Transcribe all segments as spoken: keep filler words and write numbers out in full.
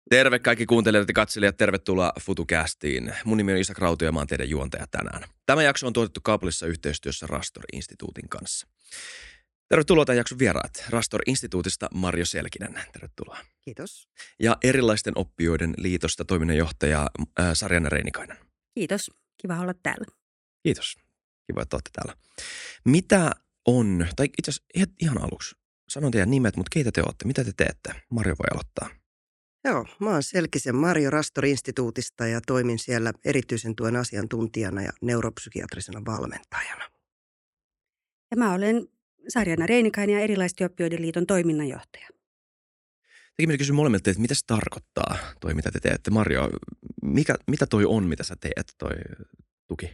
Terve kaikki kuuntelijat ja katselijat, tervetuloa FutuCastiin. Mun nimi on Isak Rautio ja mä oon teidän juontaja tänään. Tämä jakso on tuotettu kaupallisessa yhteistyössä Rastor-instituutin kanssa. Tervetuloa tämän jakson vieraat. Rastor-instituutista Marjo Selkinen, tervetuloa. Kiitos. Ja Erilaisten oppijoiden liitosta toiminnanjohtaja äh, Sarjana Reinikainen. Kiitos, kiva olla täällä. Kiitos, kiva, että olette täällä. Mitä on, tai itse asiassa ihan aluksi, sanon teidän nimet, mutta keitä te olette, mitä te teette? Marjo voi aloittaa. Joo, mä oon Selkisen Marjo Rastor-instituutista ja toimin siellä erityisen tuen asiantuntijana ja neuropsykiatrisena valmentajana. Ja mä olen Sarjana Reinikainen ja Erilaisten oppijoiden liiton toiminnanjohtaja. Tekin minä kysyn molemmilta, että mitä se tarkoittaa toi, mitä te teette. Marjo, mikä, mitä toi on, mitä sä teet, toi tuki?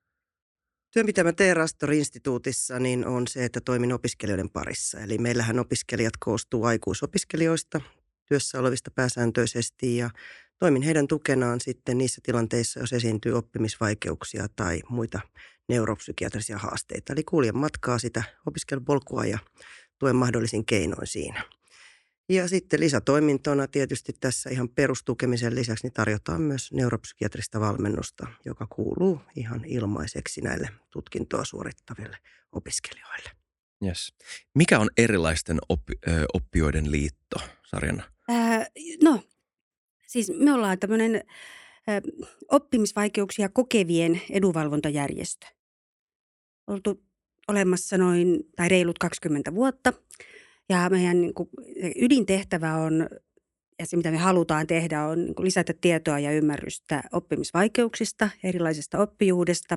Työ, mitä mä teen Rastor-instituutissa, niin on se, että toimin opiskelijoiden parissa. Eli meillähän opiskelijat koostuu aikuisopiskelijoista, työssä olevista pääsääntöisesti ja toimin heidän tukenaan sitten niissä tilanteissa, jos esiintyy oppimisvaikeuksia tai muita neuropsykiatrisia haasteita. Eli kuljen matkaa sitä opiskelupolkua ja tuen mahdollisin keinoin siinä. Ja sitten lisätoimintona tietysti tässä ihan perustukemisen lisäksi niin tarjotaan myös neuropsykiatrista valmennusta, joka kuuluu ihan ilmaiseksi näille tutkintoa suorittaville opiskelijoille. Yes. Mikä on Erilaisten oppi, ö, oppijoiden liitto, Sarjana? Ää, no, siis me ollaan tämmöinen ää, oppimisvaikeuksia kokevien edunvalvontajärjestö. Oltu olemassa noin tai reilut kaksikymmentä vuotta ja meidän niin kuin, ydintehtävä on, ja se mitä me halutaan tehdä on niin kuin lisätä tietoa ja ymmärrystä oppimisvaikeuksista, erilaisesta oppijuudesta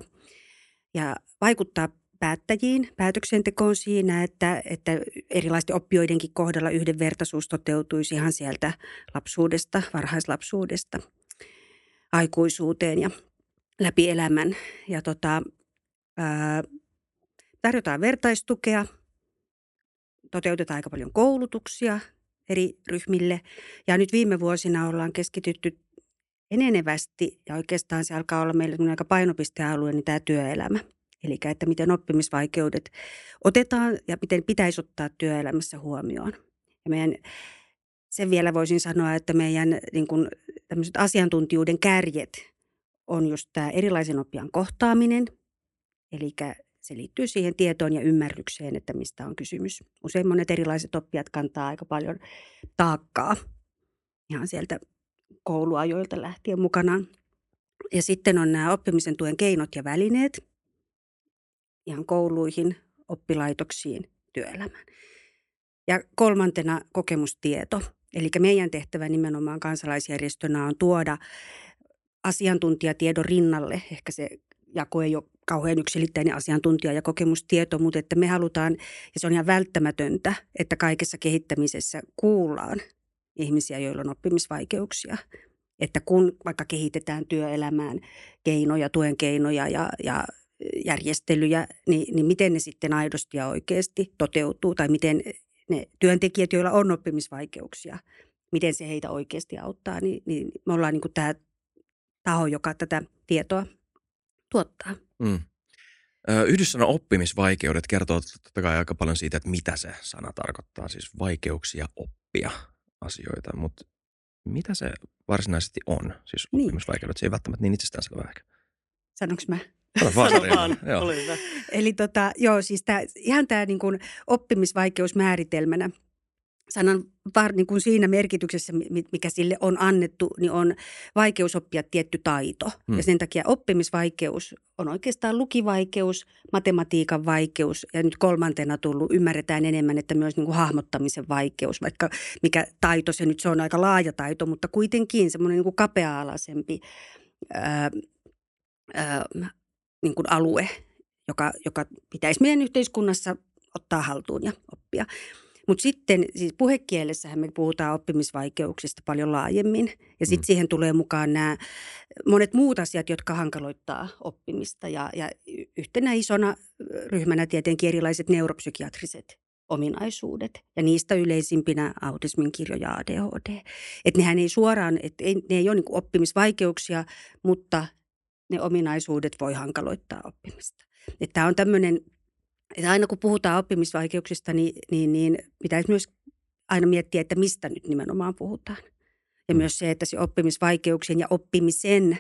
ja vaikuttaa päättäjiin, päätöksentekoon siinä, että, että erilaisten oppijoidenkin kohdalla yhdenvertaisuus toteutuisi ihan sieltä lapsuudesta, varhaislapsuudesta aikuisuuteen ja läpi elämän. Ja tota, ää, tarjotaan vertaistukea, toteutetaan aika paljon koulutuksia eri ryhmille ja nyt viime vuosina ollaan keskitytty enenevästi ja oikeastaan se alkaa olla meillä aika painopistealue, niin tämä työelämä. Eli että miten oppimisvaikeudet otetaan ja miten pitäisi ottaa työelämässä huomioon. Ja meidän, sen vielä voisin sanoa, että meidän niin kuin, tämmöiset asiantuntijuuden kärjet on just tämä erilaisen oppijan kohtaaminen. Eli se liittyy siihen tietoon ja ymmärrykseen, että mistä on kysymys. Usein monet erilaiset oppijat kantaa aika paljon taakkaa ihan sieltä kouluajoilta lähtien mukanaan. Ja sitten on nämä oppimisen tuen keinot ja välineet. Ihan kouluihin, oppilaitoksiin, työelämään. Ja kolmantena kokemustieto. Eli meidän tehtävä nimenomaan kansalaisjärjestönä on tuoda asiantuntijatiedon rinnalle. Ehkä se jako ei ole kauhean yksiselitteinen asiantuntija- ja kokemustieto, mutta että me halutaan, ja se on ihan välttämätöntä, että kaikessa kehittämisessä kuullaan ihmisiä, joilla on oppimisvaikeuksia. Että kun vaikka kehitetään työelämään keinoja, tuen keinoja ja, ja järjestelyjä, niin, niin miten ne sitten aidosti ja oikeasti toteutuu tai miten ne työntekijät, joilla on oppimisvaikeuksia, miten se heitä oikeasti auttaa, niin, niin me ollaan niin kuin tämä taho, joka tätä tietoa tuottaa. Mm. Yhdyssana oppimisvaikeudet kertoo totta kai aika paljon siitä, että mitä se sana tarkoittaa, siis vaikeuksia oppia asioita, mutta mitä se varsinaisesti on, siis oppimisvaikeudet, se ei välttämättä niin itsestäänselvää ehkä. Sanonko mä? Sano vaan, vaan. Ole hyvä. Eli tota, joo, siis tää, ihan tämä niin kuin oppimisvaikeus määritelmänä, sanon var, niin kuin siinä merkityksessä, mikä sille on annettu, niin on vaikeus oppia tietty taito. Hmm. Ja sen takia oppimisvaikeus on oikeastaan lukivaikeus, matematiikan vaikeus ja nyt kolmantena tullut ymmärretään enemmän, että myös niin kuin hahmottamisen vaikeus, vaikka mikä taito se nyt, se on aika laaja taito, mutta kuitenkin semmoinen niin kuin kapea-alaisempi ää, ää, niin kuin alue, joka, joka pitäisi meidän yhteiskunnassa ottaa haltuun ja oppia. Mutta sitten siis puhekielessähän me puhutaan oppimisvaikeuksista paljon laajemmin ja sitten mm. siihen tulee mukaan nämä monet muut asiat, jotka hankaloittaa oppimista ja, ja yhtenä isona ryhmänä tietenkin erilaiset neuropsykiatriset ominaisuudet ja niistä yleisimpinä autismin, kirjo ja A D H D. Että nehän ei suoraan, että ne ei ole niin kuin oppimisvaikeuksia, mutta ne ominaisuudet voi hankaloittaa oppimista. Että tämä on tämmöinen, että aina kun puhutaan oppimisvaikeuksista, niin, niin, niin pitäisi myös aina miettiä, että mistä nyt nimenomaan puhutaan. Ja Mm. myös se, että se oppimisvaikeuksien ja oppimisen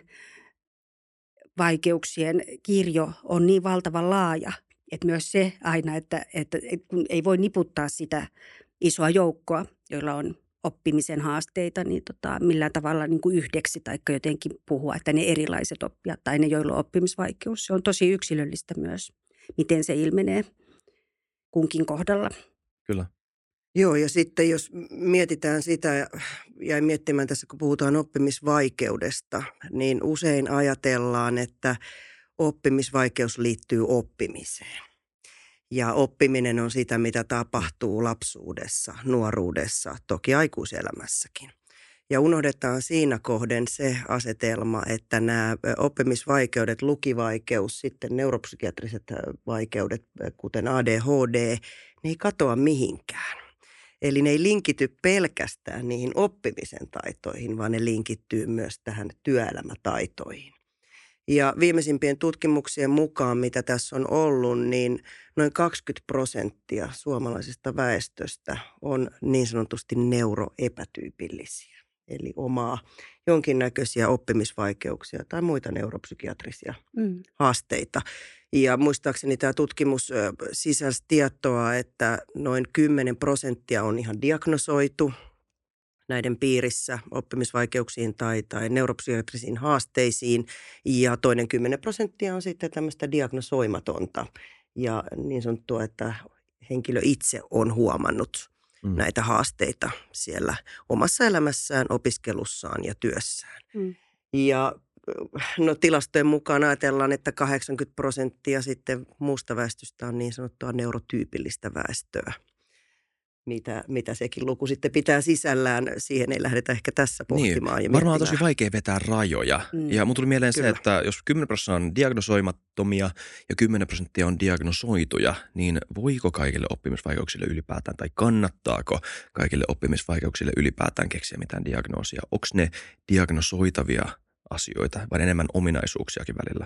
vaikeuksien kirjo on niin valtavan laaja, että myös se aina, että, että, että kun ei voi niputtaa sitä isoa joukkoa, joilla on oppimisen haasteita, niin tota, millään tavalla niin kuin yhdeksi tai jotenkin puhua, että ne erilaiset oppijat tai ne, joilla on oppimisvaikeus. Se on tosi yksilöllistä myös, miten se ilmenee kunkin kohdalla. Kyllä. Joo, ja sitten jos mietitään sitä, jäin miettimään tässä, kun puhutaan oppimisvaikeudesta, niin usein ajatellaan, että oppimisvaikeus liittyy oppimiseen. Ja oppiminen on sitä, mitä tapahtuu lapsuudessa, nuoruudessa, toki aikuiselämässäkin. Ja unohdetaan siinä kohden se asetelma, että nämä oppimisvaikeudet, lukivaikeus, sitten neuropsykiatriset vaikeudet, kuten A D H D, ne ei katoa mihinkään. Eli ne ei linkity pelkästään niihin oppimisen taitoihin, vaan ne linkittyy myös tähän työelämätaitoihin. Ja viimeisimpien tutkimuksien mukaan, mitä tässä on ollut, niin noin kaksikymmentä prosenttia suomalaisesta väestöstä on niin sanotusti neuroepätyypillisiä. Eli omaa jonkinnäköisiä oppimisvaikeuksia tai muita neuropsykiatrisia Mm. haasteita. Ja muistaakseni tämä tutkimus ö, sisälsi tietoa, että noin kymmenen prosenttia on ihan diagnosoitu näiden piirissä oppimisvaikeuksiin tai, tai neuropsykiatrisiin haasteisiin. Ja toinen kymmenen prosenttia on sitten tämmöistä diagnosoimatonta ja niin sanottua, että henkilö itse on huomannut Mm. näitä haasteita siellä omassa elämässään, opiskelussaan ja työssään. Mm. Ja no tilastojen mukaan ajatellaan, että kahdeksankymmentä prosenttia sitten muusta väestöstä on niin sanottua neurotyypillistä väestöä. Mitä, mitä sekin luku sitten pitää sisällään, siihen ei lähdetä ehkä tässä pohtimaan Niin, ja varmaan on miettimään. tosi vaikea vetää rajoja. Mm. Ja mun tuli mieleen se, Kyllä. että jos kymmenen prosenttia on diagnosoimattomia ja kymmenen prosenttia on diagnosoituja, niin voiko kaikille oppimisvaikeuksille ylipäätään tai kannattaako kaikille oppimisvaikeuksille ylipäätään keksiä mitään diagnoosia? Onko ne diagnosoitavia asioita vai enemmän ominaisuuksiakin välillä?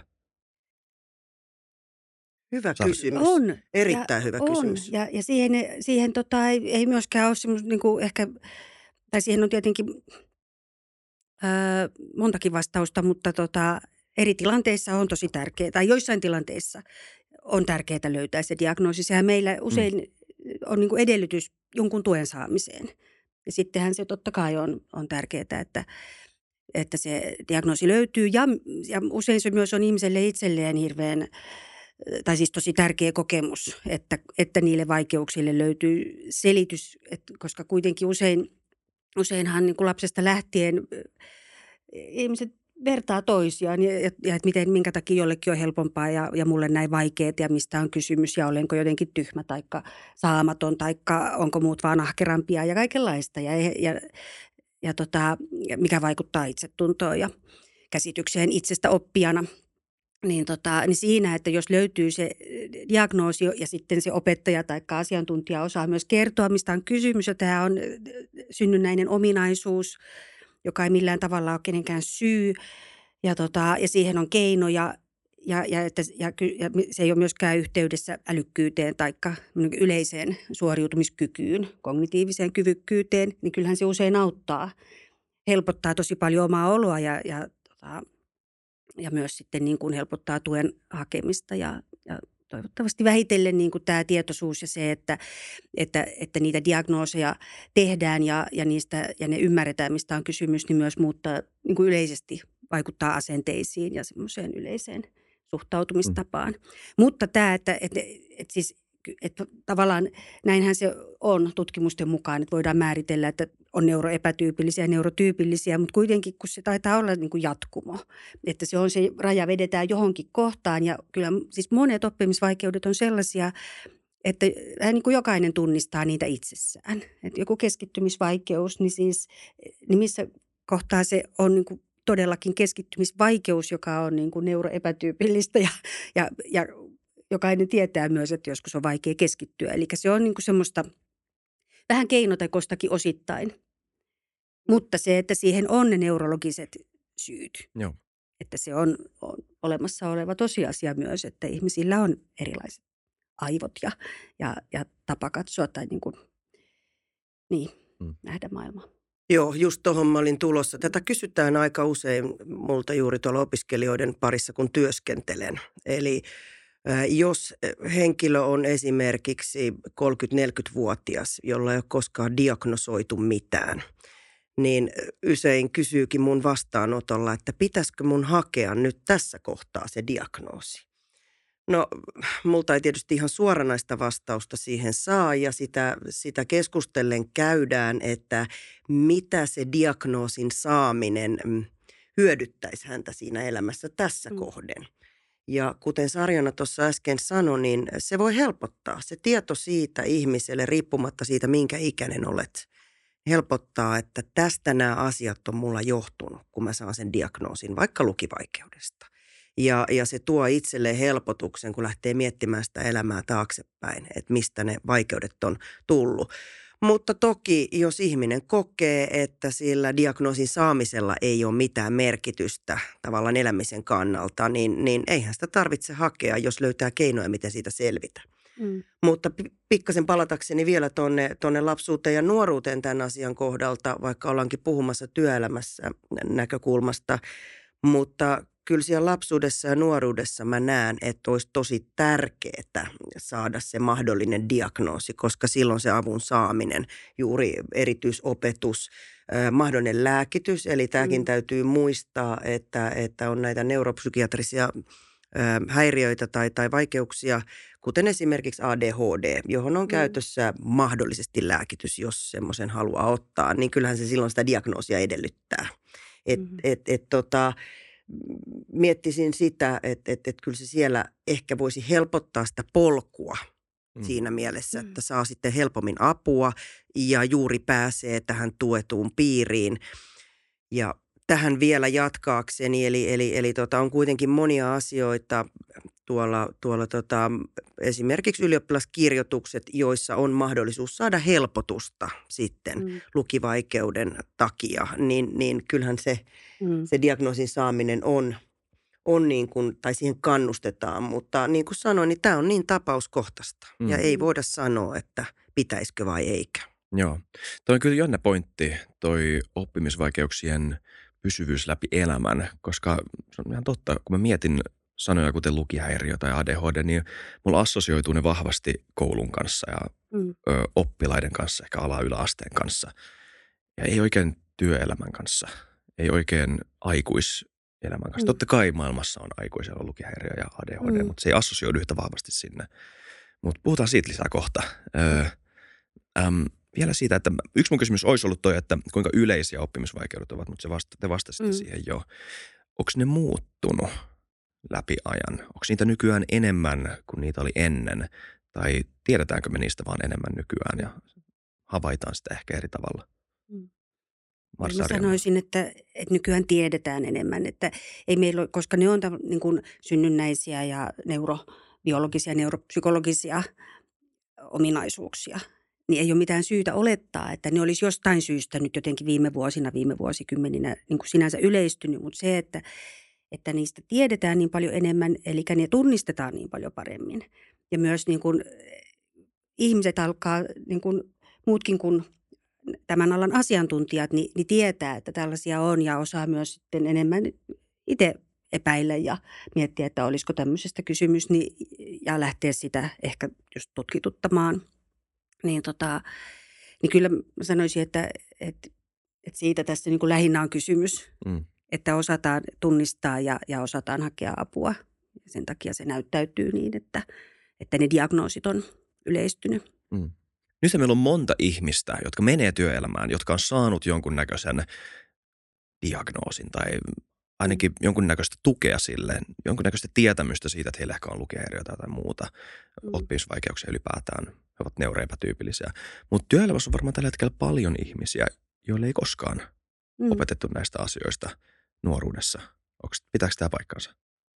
Hyvä Sä- kysymys. On. Erittäin ja hyvä on. kysymys. Ja, ja siihen, siihen tota, ei, ei myöskään ole semmoista niin kuin ehkä, tai siihen on tietenkin öö, montakin vastausta, mutta tota, eri tilanteissa on tosi tärkeää, tai joissain tilanteissa on tärkeää löytää se diagnoosi. Sehän meillä usein on niin kuin edellytys jonkun tuen saamiseen. Ja sittenhän se totta kai on, on tärkeää, että, että se diagnoosi löytyy. Ja, ja usein se myös on ihmiselle itselleen hirveän, tai siis tosi tärkeä kokemus, että, että niille vaikeuksille löytyy selitys, että, koska kuitenkin usein, useinhan niin kuin lapsesta lähtien ö, ihmiset vertaa toisiaan ja, ja, ja että miten, minkä takia jollekin on helpompaa ja, ja mulle näin vaikeat ja mistä on kysymys ja olenko jotenkin tyhmä tai saamaton tai onko muut vaan ahkerampia ja kaikenlaista ja, ja, ja tota, mikä vaikuttaa itsetuntoon ja käsitykseen itsestä oppijana. Niin, tota, niin siinä, että jos löytyy se diagnoosi ja sitten se opettaja tai asiantuntija osaa myös kertoa, mistä on kysymys. Ja tämä on synnynnäinen ominaisuus, joka ei millään tavalla ole kenenkään syy. Ja, tota, ja siihen on keinoja ja, ja, että, ja, ja se ei ole myöskään yhteydessä älykkyyteen tai yleiseen suoriutumiskykyyn, kognitiiviseen kyvykkyyteen. Niin kyllähän se usein auttaa, helpottaa tosi paljon omaa oloa ja, ja tota, Ja myös sitten niin kuin helpottaa tuen hakemista ja, ja toivottavasti vähitellen niin kuin tämä tietoisuus ja se, että, että, että niitä diagnooseja tehdään ja, ja, niistä, ja ne ymmärretään, mistä on kysymys, niin myös muuttaa niin kuin yleisesti vaikuttaa asenteisiin ja semmoiseen yleiseen suhtautumistapaan. Mm. Mutta tämä, että, että, että siis että tavallaan näinhän se on tutkimusten mukaan, että voidaan määritellä, että on neuroepätyypillisiä ja neurotyypillisiä, mutta kuitenkin kun se taitaa olla niin kuin jatkumo, että se on se raja vedetään johonkin kohtaan ja kyllä siis monet oppimisvaikeudet on sellaisia, että niin kuin jokainen tunnistaa niitä itsessään. Että joku keskittymisvaikeus, niin siis niin missä kohtaa se on niin kuin todellakin keskittymisvaikeus, joka on niin kuin neuroepätyypillistä ja, ja, ja jokainen tietää myös, että joskus on vaikea keskittyä. Eli se on niin kuin semmoista vähän keinotekoistakin osittain. Mutta se, että siihen on ne neurologiset syyt. Joo. Että se on, on olemassa oleva tosiasia myös, että ihmisillä on erilaiset aivot ja, ja, ja tapa katsoa tai niin kuin, niin, Mm. nähdä maailmaa. Joo, just tuohon mä olin tulossa. Tätä kysytään aika usein multa juuri tuolla opiskelijoiden parissa, kun työskentelen. Eli äh, jos henkilö on esimerkiksi kolmekymmentä-neljäkymmentävuotias, jolla ei ole koskaan diagnosoitu mitään, niin usein kysyykin mun vastaanotolla, että pitäisikö mun hakea nyt tässä kohtaa se diagnoosi. No, multa ei tietysti ihan suoranaista vastausta siihen saa ja sitä, sitä keskustellen käydään, että mitä se diagnoosin saaminen mm, hyödyttäisi häntä siinä elämässä tässä Mm. kohden. Ja kuten Sarjana tuossa äsken sanoi, niin se voi helpottaa. Se tieto siitä ihmiselle, riippumatta siitä, minkä ikäinen olet, helpottaa, että tästä nämä asiat on mulla johtunut, kun mä saan sen diagnoosin, vaikka lukivaikeudesta. Ja, ja se tuo itselleen helpotuksen, kun lähtee miettimään sitä elämää taaksepäin, että mistä ne vaikeudet on tullut. Mutta toki, jos ihminen kokee, että sillä diagnoosin saamisella ei ole mitään merkitystä tavallaan elämisen kannalta, niin, niin eihän sitä tarvitse hakea, jos löytää keinoja, miten siitä selvitä. Mm. Mutta pi- pikkasen palatakseni vielä tuonne tonne lapsuuteen ja nuoruuteen tämän asian kohdalta, vaikka ollaankin puhumassa työelämässä näkökulmasta. Mutta kyllä siellä lapsuudessa ja nuoruudessa mä näen, että olisi tosi tärkeää saada se mahdollinen diagnoosi, koska silloin se avun saaminen, juuri erityisopetus, äh, mahdollinen lääkitys. Eli tämäkin Mm. täytyy muistaa, että, että on näitä neuropsykiatrisia äh, häiriöitä tai, tai vaikeuksia, kuten esimerkiksi A D H D, johon on Mm. käytössä mahdollisesti lääkitys, jos semmoisen haluaa ottaa, niin kyllähän se silloin sitä diagnoosia edellyttää. Et, Mm. et, et, tota, miettisin sitä, että et, et kyllä se siellä ehkä voisi helpottaa sitä polkua Mm. siinä mielessä, Mm. että saa sitten helpommin apua ja juuri pääsee tähän tuetuun piiriin. Ja tähän vielä jatkaakseni, eli, eli, eli tota, on kuitenkin monia asioita tuolla, tuolla tota, esimerkiksi ylioppilaskirjoitukset, joissa on mahdollisuus saada helpotusta sitten Mm. lukivaikeuden takia, niin, niin kyllähän se, Mm. se diagnoosin saaminen on, on niin kuin, tai siihen kannustetaan, mutta niin kuin sanoin, niin tämä on niin tapauskohtaista Mm. ja ei Mm. voida sanoa, että pitäisikö vai eikä. Joo. Toi on kyllä jännä pointti, toi oppimisvaikeuksien pysyvyys läpi elämän, koska se on ihan totta, kun mä mietin sanoja kuten lukihäiriö tai A D H D, niin mulla assosioituu ne vahvasti koulun kanssa ja Mm. ö, oppilaiden kanssa, ehkä ala-yläasteen kanssa. Ja ei oikein työelämän kanssa, ei oikein aikuiselämän kanssa. Mm. Totta kai maailmassa on aikuisella lukihäiriö ja A D H D, Mm. mutta se ei assosioidu yhtä vahvasti sinne. Mutta puhutaan siitä lisää kohta. Ö, äm, vielä siitä, että yksi mun kysymys olisi ollut toi, että kuinka yleisiä oppimisvaikeudet ovat, mutta se vasta, te vastasitte Mm. siihen jo. Onko ne muuttunut läpi ajan? Onko niitä nykyään enemmän kuin niitä oli ennen? Tai tiedetäänkö me niistä vaan enemmän nykyään ja havaitaan sitä ehkä eri tavalla? Mm. Mars Mä Sarjana. sanoisin, että, että nykyään tiedetään enemmän, että ei meillä ole, koska ne on tav- niin kuin synnynnäisiä ja neurobiologisia ja neuropsykologisia ominaisuuksia, niin ei ole mitään syytä olettaa, että ne olisi jostain syystä nyt jotenkin viime vuosina, viime vuosikymmeninä niin kuin sinänsä yleistynyt, mutta se, että, että niistä tiedetään niin paljon enemmän, eli ne tunnistetaan niin paljon paremmin. Ja myös niin kuin, ihmiset alkaa, niin kuin, muutkin kuin tämän alan asiantuntijat, niin, niin tietää, että tällaisia on ja osaa myös sitten enemmän itse epäillä ja miettiä, että olisiko tämmöisestä kysymys niin, ja lähteä sitä ehkä just tutkituttamaan. Niin, tota, niin kyllä mä sanoisin, että, että, että siitä tässä niin kuin lähinnä on kysymys, Mm. että osataan tunnistaa ja, ja osataan hakea apua. Ja sen takia se näyttäytyy niin, että, että ne diagnoosit on yleistynyt. Mm. Nyt meillä on monta ihmistä, jotka menee työelämään, jotka on saanut jonkunnäköisen diagnoosin tai ainakin jonkunnäköistä tukea sille, jonkunnäköistä tietämystä siitä, että heillä ehkä on lukihäiriö tai jotain muuta, Mm. oppimisvaikeuksia ylipäätään, he ovat neuroepätyypillisiä. Mutta työelämässä on varmaan tällä hetkellä paljon ihmisiä, joille ei koskaan Mm. opetettu näistä asioista nuoruudessa. Onks, pitääkö tämä paikkansa?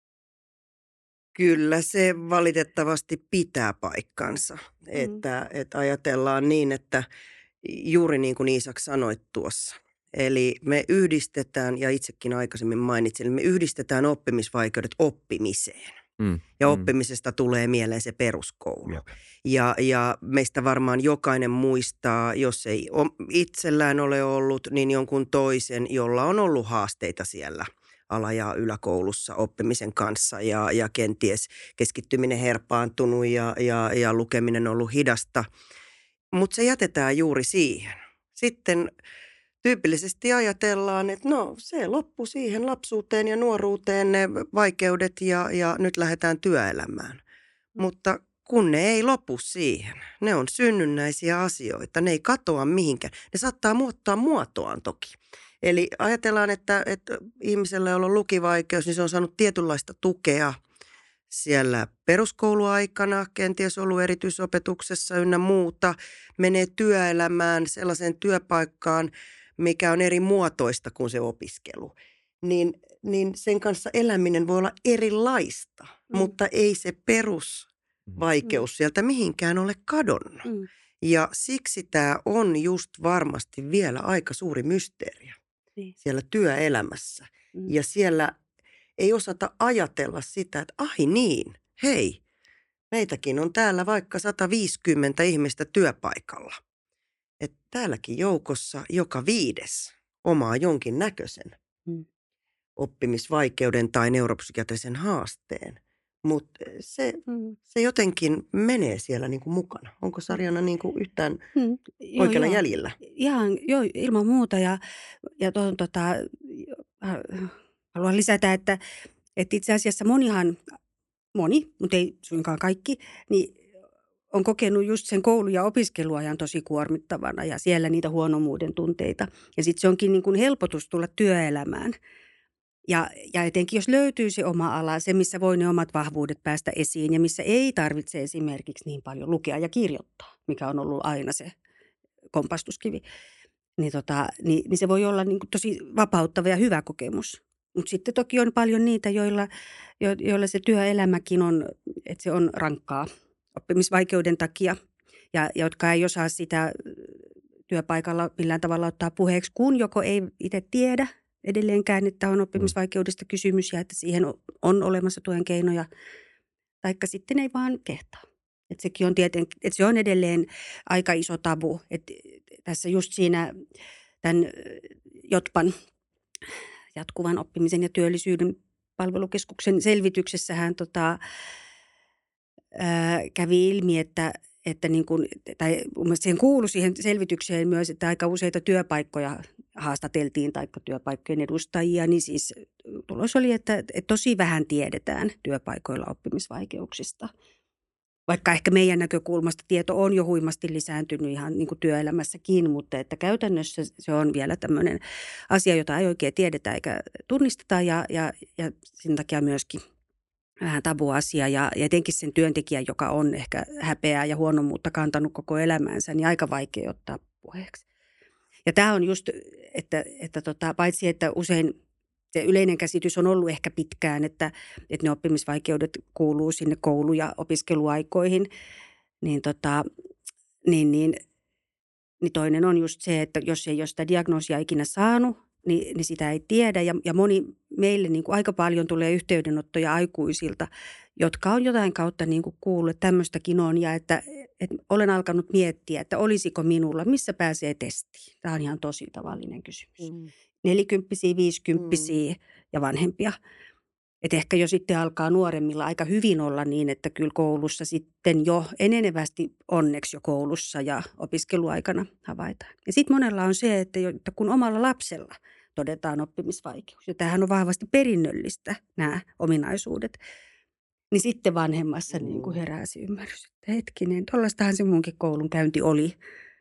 Kyllä se valitettavasti pitää paikkansa, Mm. että, että ajatellaan niin, että juuri niin kuin Iisak sanoit tuossa. Eli me yhdistetään, ja itsekin aikaisemmin mainitsin, me yhdistetään oppimisvaikeudet oppimiseen. Mm. Ja Mm. oppimisesta tulee mieleen se peruskoulu. Jep. Ja, ja meistä varmaan jokainen muistaa, jos ei itsellään ole ollut, niin jonkun toisen, jolla on ollut haasteita siellä ala- ja yläkoulussa oppimisen kanssa. Ja, ja kenties keskittyminen herpaantunut ja, ja, ja lukeminen on ollut hidasta. Mutta se jätetään juuri siihen. Sitten tyypillisesti ajatellaan, että no se loppui siihen lapsuuteen ja nuoruuteen ne vaikeudet ja, ja nyt lähdetään työelämään. Mutta kun ne ei lopu siihen, ne on synnynnäisiä asioita, ne ei katoa mihinkään. Ne saattaa muuttaa muotoaan toki. Eli ajatellaan, että, että ihmisellä, jolla on lukivaikeus, niin se on saanut tietynlaista tukea siellä peruskouluaikana, kenties ollut erityisopetuksessa ynnä muuta, menee työelämään sellaiseen työpaikkaan, mikä on eri muotoista kuin se opiskelu, niin, niin sen kanssa eläminen voi olla erilaista, mm. mutta ei se perusvaikeus mm. sieltä mihinkään ole kadonnut. Mm. Ja siksi tämä on just varmasti vielä aika suuri mysteeri mm. siellä työelämässä. Mm. Ja siellä ei osata ajatella sitä, että ai niin, hei, meitäkin on täällä vaikka sata viisikymmentä ihmistä työpaikalla. Että täälläkin joukossa joka viides omaa jonkin näköisen mm. oppimisvaikeuden tai neuropsykiatrisen haasteen. Mutta se, mm. se jotenkin menee siellä niinku mukana. Onko Sarjana niinku yhtään mm. joo, oikealla joo. jäljellä? Ihan, joo, ilman muuta. Ja, ja tuon, tota, haluan lisätä, että, että itse asiassa monihan, moni, mutta ei suinkaan kaikki, niin on kokenut just sen koulu- ja opiskeluajan tosi kuormittavana ja siellä niitä huonomuuden tunteita. Ja sitten se onkin niin kuin helpotus tulla työelämään. Ja, ja etenkin jos löytyy se oma ala, se missä voi ne omat vahvuudet päästä esiin ja missä ei tarvitse esimerkiksi niin paljon lukea ja kirjoittaa, mikä on ollut aina se kompastuskivi, niin, tota, niin, niin se voi olla niin kuin tosi vapauttava ja hyvä kokemus. Mutta sitten toki on paljon niitä, joilla, jo, joilla se työelämäkin on, että se on rankkaa oppimisvaikeuden takia ja, ja jotka ei osaa sitä työpaikalla millään tavalla ottaa puheeksi, kun joko ei itse tiedä edelleenkään, että on oppimisvaikeudesta kysymys ja että siihen on olemassa tuen keinoja, taikka sitten ei vaan kehtaa. Että sekin on tietenkin, että se on edelleen aika iso tabu, että tässä just siinä tämän Jotpan jatkuvan oppimisen ja työllisyyden palvelukeskuksen selvityksessähän tota, ää, kävi ilmi, että, että niin kuin, tai mun mielestä siihen kuului siihen selvitykseen myös, että aika useita työpaikkoja haastateltiin tai työpaikkojen edustajia, niin siis tulos oli, että, että tosi vähän tiedetään työpaikoilla oppimisvaikeuksista. Vaikka ehkä meidän näkökulmasta tieto on jo huimasti lisääntynyt ihan niin kuin työelämässäkin, mutta että käytännössä se on vielä tämmöinen asia, jota ei oikein tiedetä eikä tunnisteta ja, ja, ja sen takia myöskin vähän tabuasia ja, ja etenkin sen työntekijän, joka on ehkä häpeää ja huonommuutta kantanut koko elämänsä, niin aika vaikea ottaa puheeksi. Ja tämä on just, että, että tota, paitsi että usein se yleinen käsitys on ollut ehkä pitkään, että, että ne oppimisvaikeudet kuuluu sinne koulu- ja opiskeluaikoihin, niin, tota, niin, niin, niin toinen on just se, että jos ei ole sitä diagnoosia ikinä saanut, niin, niin sitä ei tiedä. Ja, ja moni meille niin kuin aika paljon tulee yhteydenottoja aikuisilta, jotka on jotain kautta niin kuin kuullut, että tämmöistäkin on ja että, että olen alkanut miettiä, että olisiko minulla, missä pääsee testiin. Tämä on ihan tosi tavallinen kysymys. Mm. Nelikymppisiä, viisikymppisiä mm. ja vanhempia. Että ehkä jo sitten alkaa nuoremmilla aika hyvin olla niin, että kyllä koulussa sitten jo enenevästi onneksi jo koulussa ja opiskeluaikana havaitaan. Ja sitten monella on se, että, jo, että kun omalla lapsella todetaan oppimisvaikeus, ja tämähän on vahvasti perinnöllistä nämä ominaisuudet, niin sitten vanhemmassa mm. niin kuin herää se ymmärrys, että hetkinen, tuollaistahan se munkin koulun käynti oli.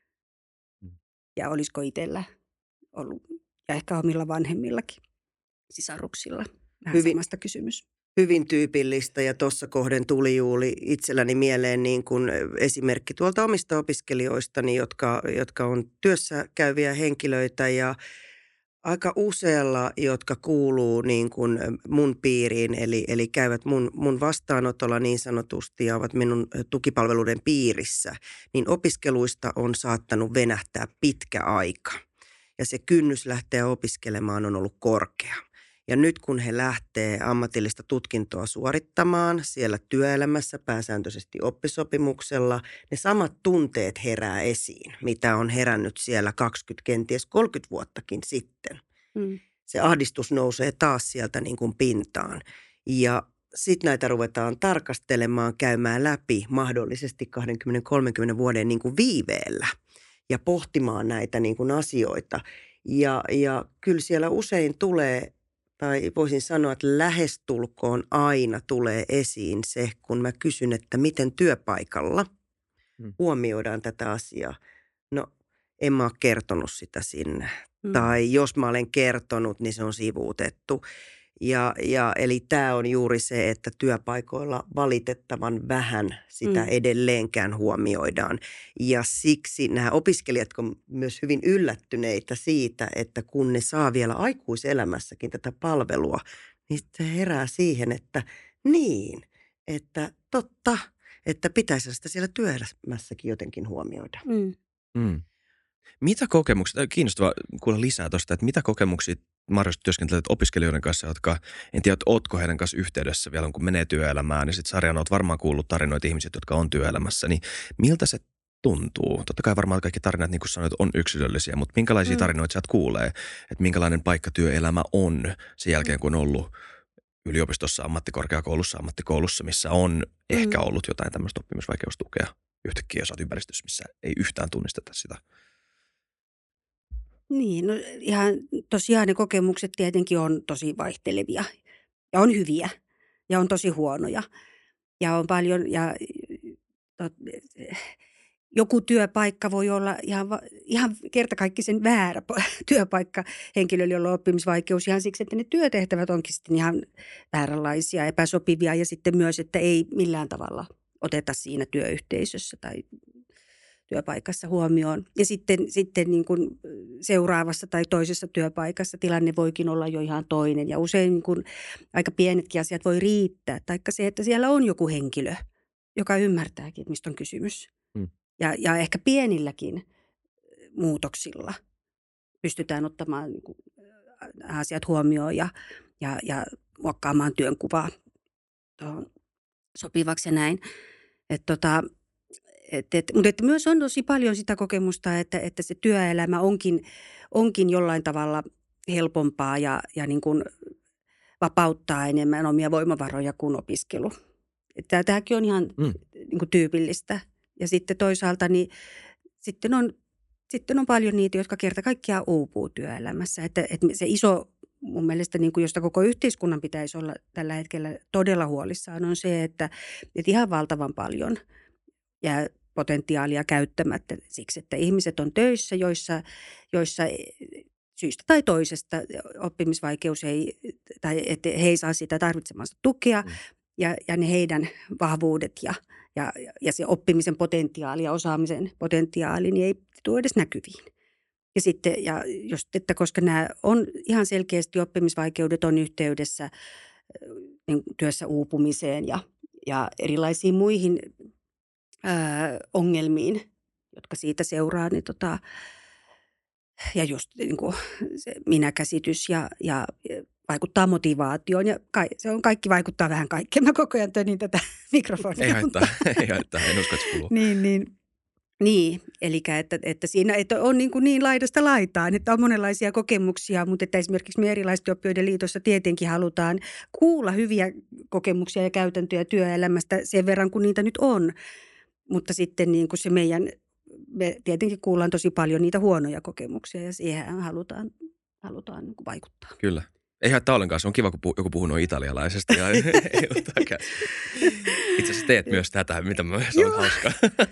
Mm. Ja olisiko itsellä ollut, ja ehkä omilla vanhemmillakin, sisaruksilla. Vähän hyvin, samasta kysymys. Hyvin tyypillistä ja tuossa kohden tuli juuri itselläni mieleen niin kuin esimerkki tuolta omista opiskelijoistani, jotka, jotka on työssä käyviä henkilöitä ja aika usealla, jotka kuuluu niin kuin mun piiriin, eli, eli käyvät mun, mun vastaanotolla niin sanotusti ja ovat minun tukipalveluiden piirissä, niin opiskeluista on saattanut venähtää pitkä aika. Ja se kynnys lähteä opiskelemaan on ollut korkea. Ja nyt kun he lähtee ammatillista tutkintoa suorittamaan siellä työelämässä pääsääntöisesti oppisopimuksella, ne samat tunteet herää esiin, mitä on herännyt siellä kaksikymmentä, kenties kolmekymmentä vuottakin sitten. Mm. Se ahdistus nousee taas sieltä niin kuin pintaan ja sitten näitä ruvetaan tarkastelemaan, käymään läpi mahdollisesti kaksikymmentä kolmekymmentä vuoden niin kuin viiveellä ja pohtimaan näitä niin kuin asioita. Ja, ja kyllä siellä usein tulee, tai voisin sanoa, että lähestulkoon aina tulee esiin se, kun mä kysyn, että miten työpaikalla Hmm. huomioidaan tätä asiaa. No, en mä ole kertonut sitä sinne. Mm. Tai jos mä olen kertonut, niin se on sivuutettu. Ja, ja eli tämä on juuri se, että työpaikoilla valitettavan vähän sitä Mm. edelleenkään huomioidaan. Ja siksi nämä opiskelijat on myös hyvin yllättyneitä siitä, että kun ne saa vielä aikuiselämässäkin tätä palvelua, niin se herää siihen, että niin, että totta, että pitäisi sitä siellä työelämässäkin jotenkin huomioida. Mm. Mm. Mitä kokemuksia, kiinnostavaa kuulla lisää tuosta, että mitä kokemuksia mahdollisesti työskentelet opiskelijoiden kanssa, jotka, en tiedä, ootko heidän kanssa yhteydessä vielä, kun menee työelämään, niin sitten Sarjana oot varmaan kuullut tarinoita ihmiset, jotka on työelämässä, niin miltä se tuntuu? Totta kai varmaan kaikki tarinat, niin kuin sanoit, on yksilöllisiä, mutta minkälaisia Mm. tarinoita sieltä kuulee, että minkälainen paikka työelämä on sen jälkeen, kun on ollut yliopistossa, ammattikorkeakoulussa, ammattikoulussa, missä on ehkä Mm. ollut jotain tämmöistä oppimisvaikeustukea yhtäkkiä, jos olet ympäristössä, missä ei yhtään tunnisteta sitä. Niin, no ihan tosiaan ne kokemukset tietenkin on tosi vaihtelevia ja on hyviä ja on tosi huonoja ja on paljon ja tot, joku työpaikka voi olla ihan, va- ihan kertakaikkisen väärä po- työpaikka henkilölle, jolla on oppimisvaikeus ihan siksi, että ne työtehtävät onkin sitten ihan vääränlaisia, epäsopivia ja sitten myös, että ei millään tavalla oteta siinä työyhteisössä tai työpaikassa huomioon. Ja sitten, sitten niin kuin seuraavassa tai toisessa työpaikassa tilanne voikin olla jo ihan toinen. Ja usein niin kuin aika pienetkin asiat voi riittää. Taikka se, että siellä on joku henkilö, joka ymmärtääkin, että mistä on kysymys. Mm. Ja, ja ehkä pienilläkin muutoksilla pystytään ottamaan niin kuin asiat huomioon ja, ja, ja muokkaamaan työnkuvaa tuohon sopivaksi ja näin. Et tota, Et, et, mutta että myös on tosi paljon sitä kokemusta, että, että se työelämä onkin, onkin jollain tavalla helpompaa ja, ja niin kuin vapauttaa enemmän omia voimavaroja kuin opiskelu. Että tämäkin on ihan Mm. niin kuin tyypillistä. Ja sitten toisaalta niin sitten on, sitten on paljon niitä, jotka kerta kaikkiaan uupuu työelämässä. Että, että se iso mun mielestä, niin kuin josta koko yhteiskunnan pitäisi olla tällä hetkellä todella huolissaan, on se, että, että ihan valtavan paljon jää potentiaalia käyttämättä siksi, että ihmiset on töissä, joissa, joissa syystä tai toisesta oppimisvaikeus ei, tai että he ei saa sitä tarvitsemansa tukea Mm. ja, ja ne heidän vahvuudet ja, ja, ja se oppimisen potentiaali ja osaamisen potentiaali niin ei tule edes näkyviin. Ja sitten, ja just, että koska nämä on ihan selkeästi oppimisvaikeudet on yhteydessä äh, niin työssä uupumiseen ja, ja erilaisiin muihin ää, ongelmiin, jotka siitä seuraa, niin tota, ja just niin kuin se minäkäsitys ja, ja vaikuttaa motivaatioon ja ka, se on kaikki vaikuttaa vähän kaikkeen. Mä koko ajan tönin tätä mikrofonia. Ei haittaa, ei haittaa, en usko, että se kuluu. Niin, niin. Niin, eli että, että siinä että on niin, kuin niin laidasta laitaan, että on monenlaisia kokemuksia, mutta että esimerkiksi me Erilaisten oppijoiden liitossa tietenkin halutaan kuulla hyviä kokemuksia ja käytäntöjä työelämästä sen verran, kun niitä nyt on. Mutta sitten niin kuin se meidän, me tietenkin kuullaan tosi paljon niitä huonoja kokemuksia ja siihen halutaan, halutaan niin kuin vaikuttaa. Kyllä. Ei haittaa ollenkaan, se on kiva, kun pu- joku puhuu noin italialaisesti ja ei ottaa käsiä. Itse asiassa teet myös tätä, mitä mä se on hauskaa.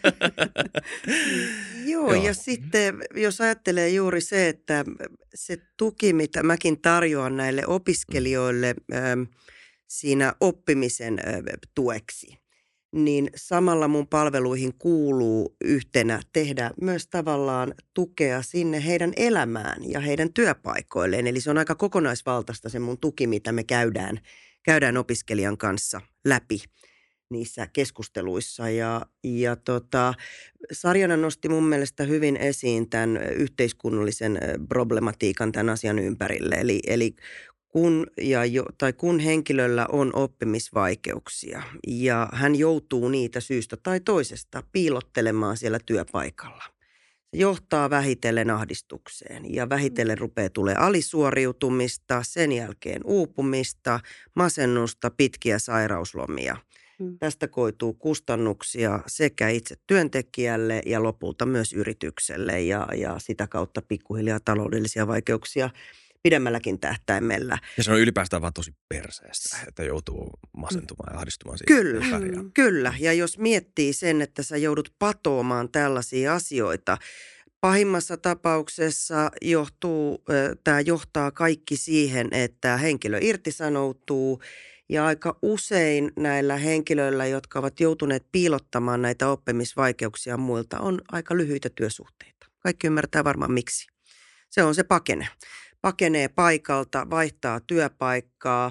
Joo, Joo. ja sitten jos ajattelee juuri se, että se tuki, mitä mäkin tarjoan näille opiskelijoille ähm, siinä oppimisen äh, tueksi, niin samalla mun palveluihin kuuluu yhtenä tehdä myös tavallaan tukea sinne heidän elämään ja heidän työpaikoilleen. Eli se on aika kokonaisvaltaista se mun tuki, mitä me käydään, käydään opiskelijan kanssa läpi niissä keskusteluissa. Ja, ja tota, Sarjana nosti mun mielestä hyvin esiin tämän yhteiskunnallisen problematiikan tämän asian ympärille. Eli, eli kun, ja jo, tai kun henkilöllä on oppimisvaikeuksia ja hän joutuu niitä syystä tai toisesta piilottelemaan siellä työpaikalla. Se johtaa vähitellen ahdistukseen ja vähitellen rupeaa tulee alisuoriutumista, sen jälkeen uupumista, masennusta, pitkiä sairauslomia. Mm. Tästä koituu kustannuksia sekä itse työntekijälle ja lopulta myös yritykselle ja, ja sitä kautta pikkuhiljaa taloudellisia vaikeuksia pidemmälläkin tähtäimellä. Ja se on ylipäätään vaan tosi perseestä, että joutuu masentumaan ja ahdistumaan siitä. Kyllä, että ei pärjää. Mm. kyllä. Ja jos miettii sen, että sä joudut patoamaan tällaisia asioita, pahimmassa tapauksessa johtuu, tämä johtaa kaikki siihen, että henkilö irtisanoutuu ja aika usein näillä henkilöillä, jotka ovat joutuneet piilottamaan näitä oppimisvaikeuksia muilta, on aika lyhyitä työsuhteita. Kaikki ymmärtää varmaan miksi. Se on se pakene. Pakenee paikalta, vaihtaa työpaikkaa,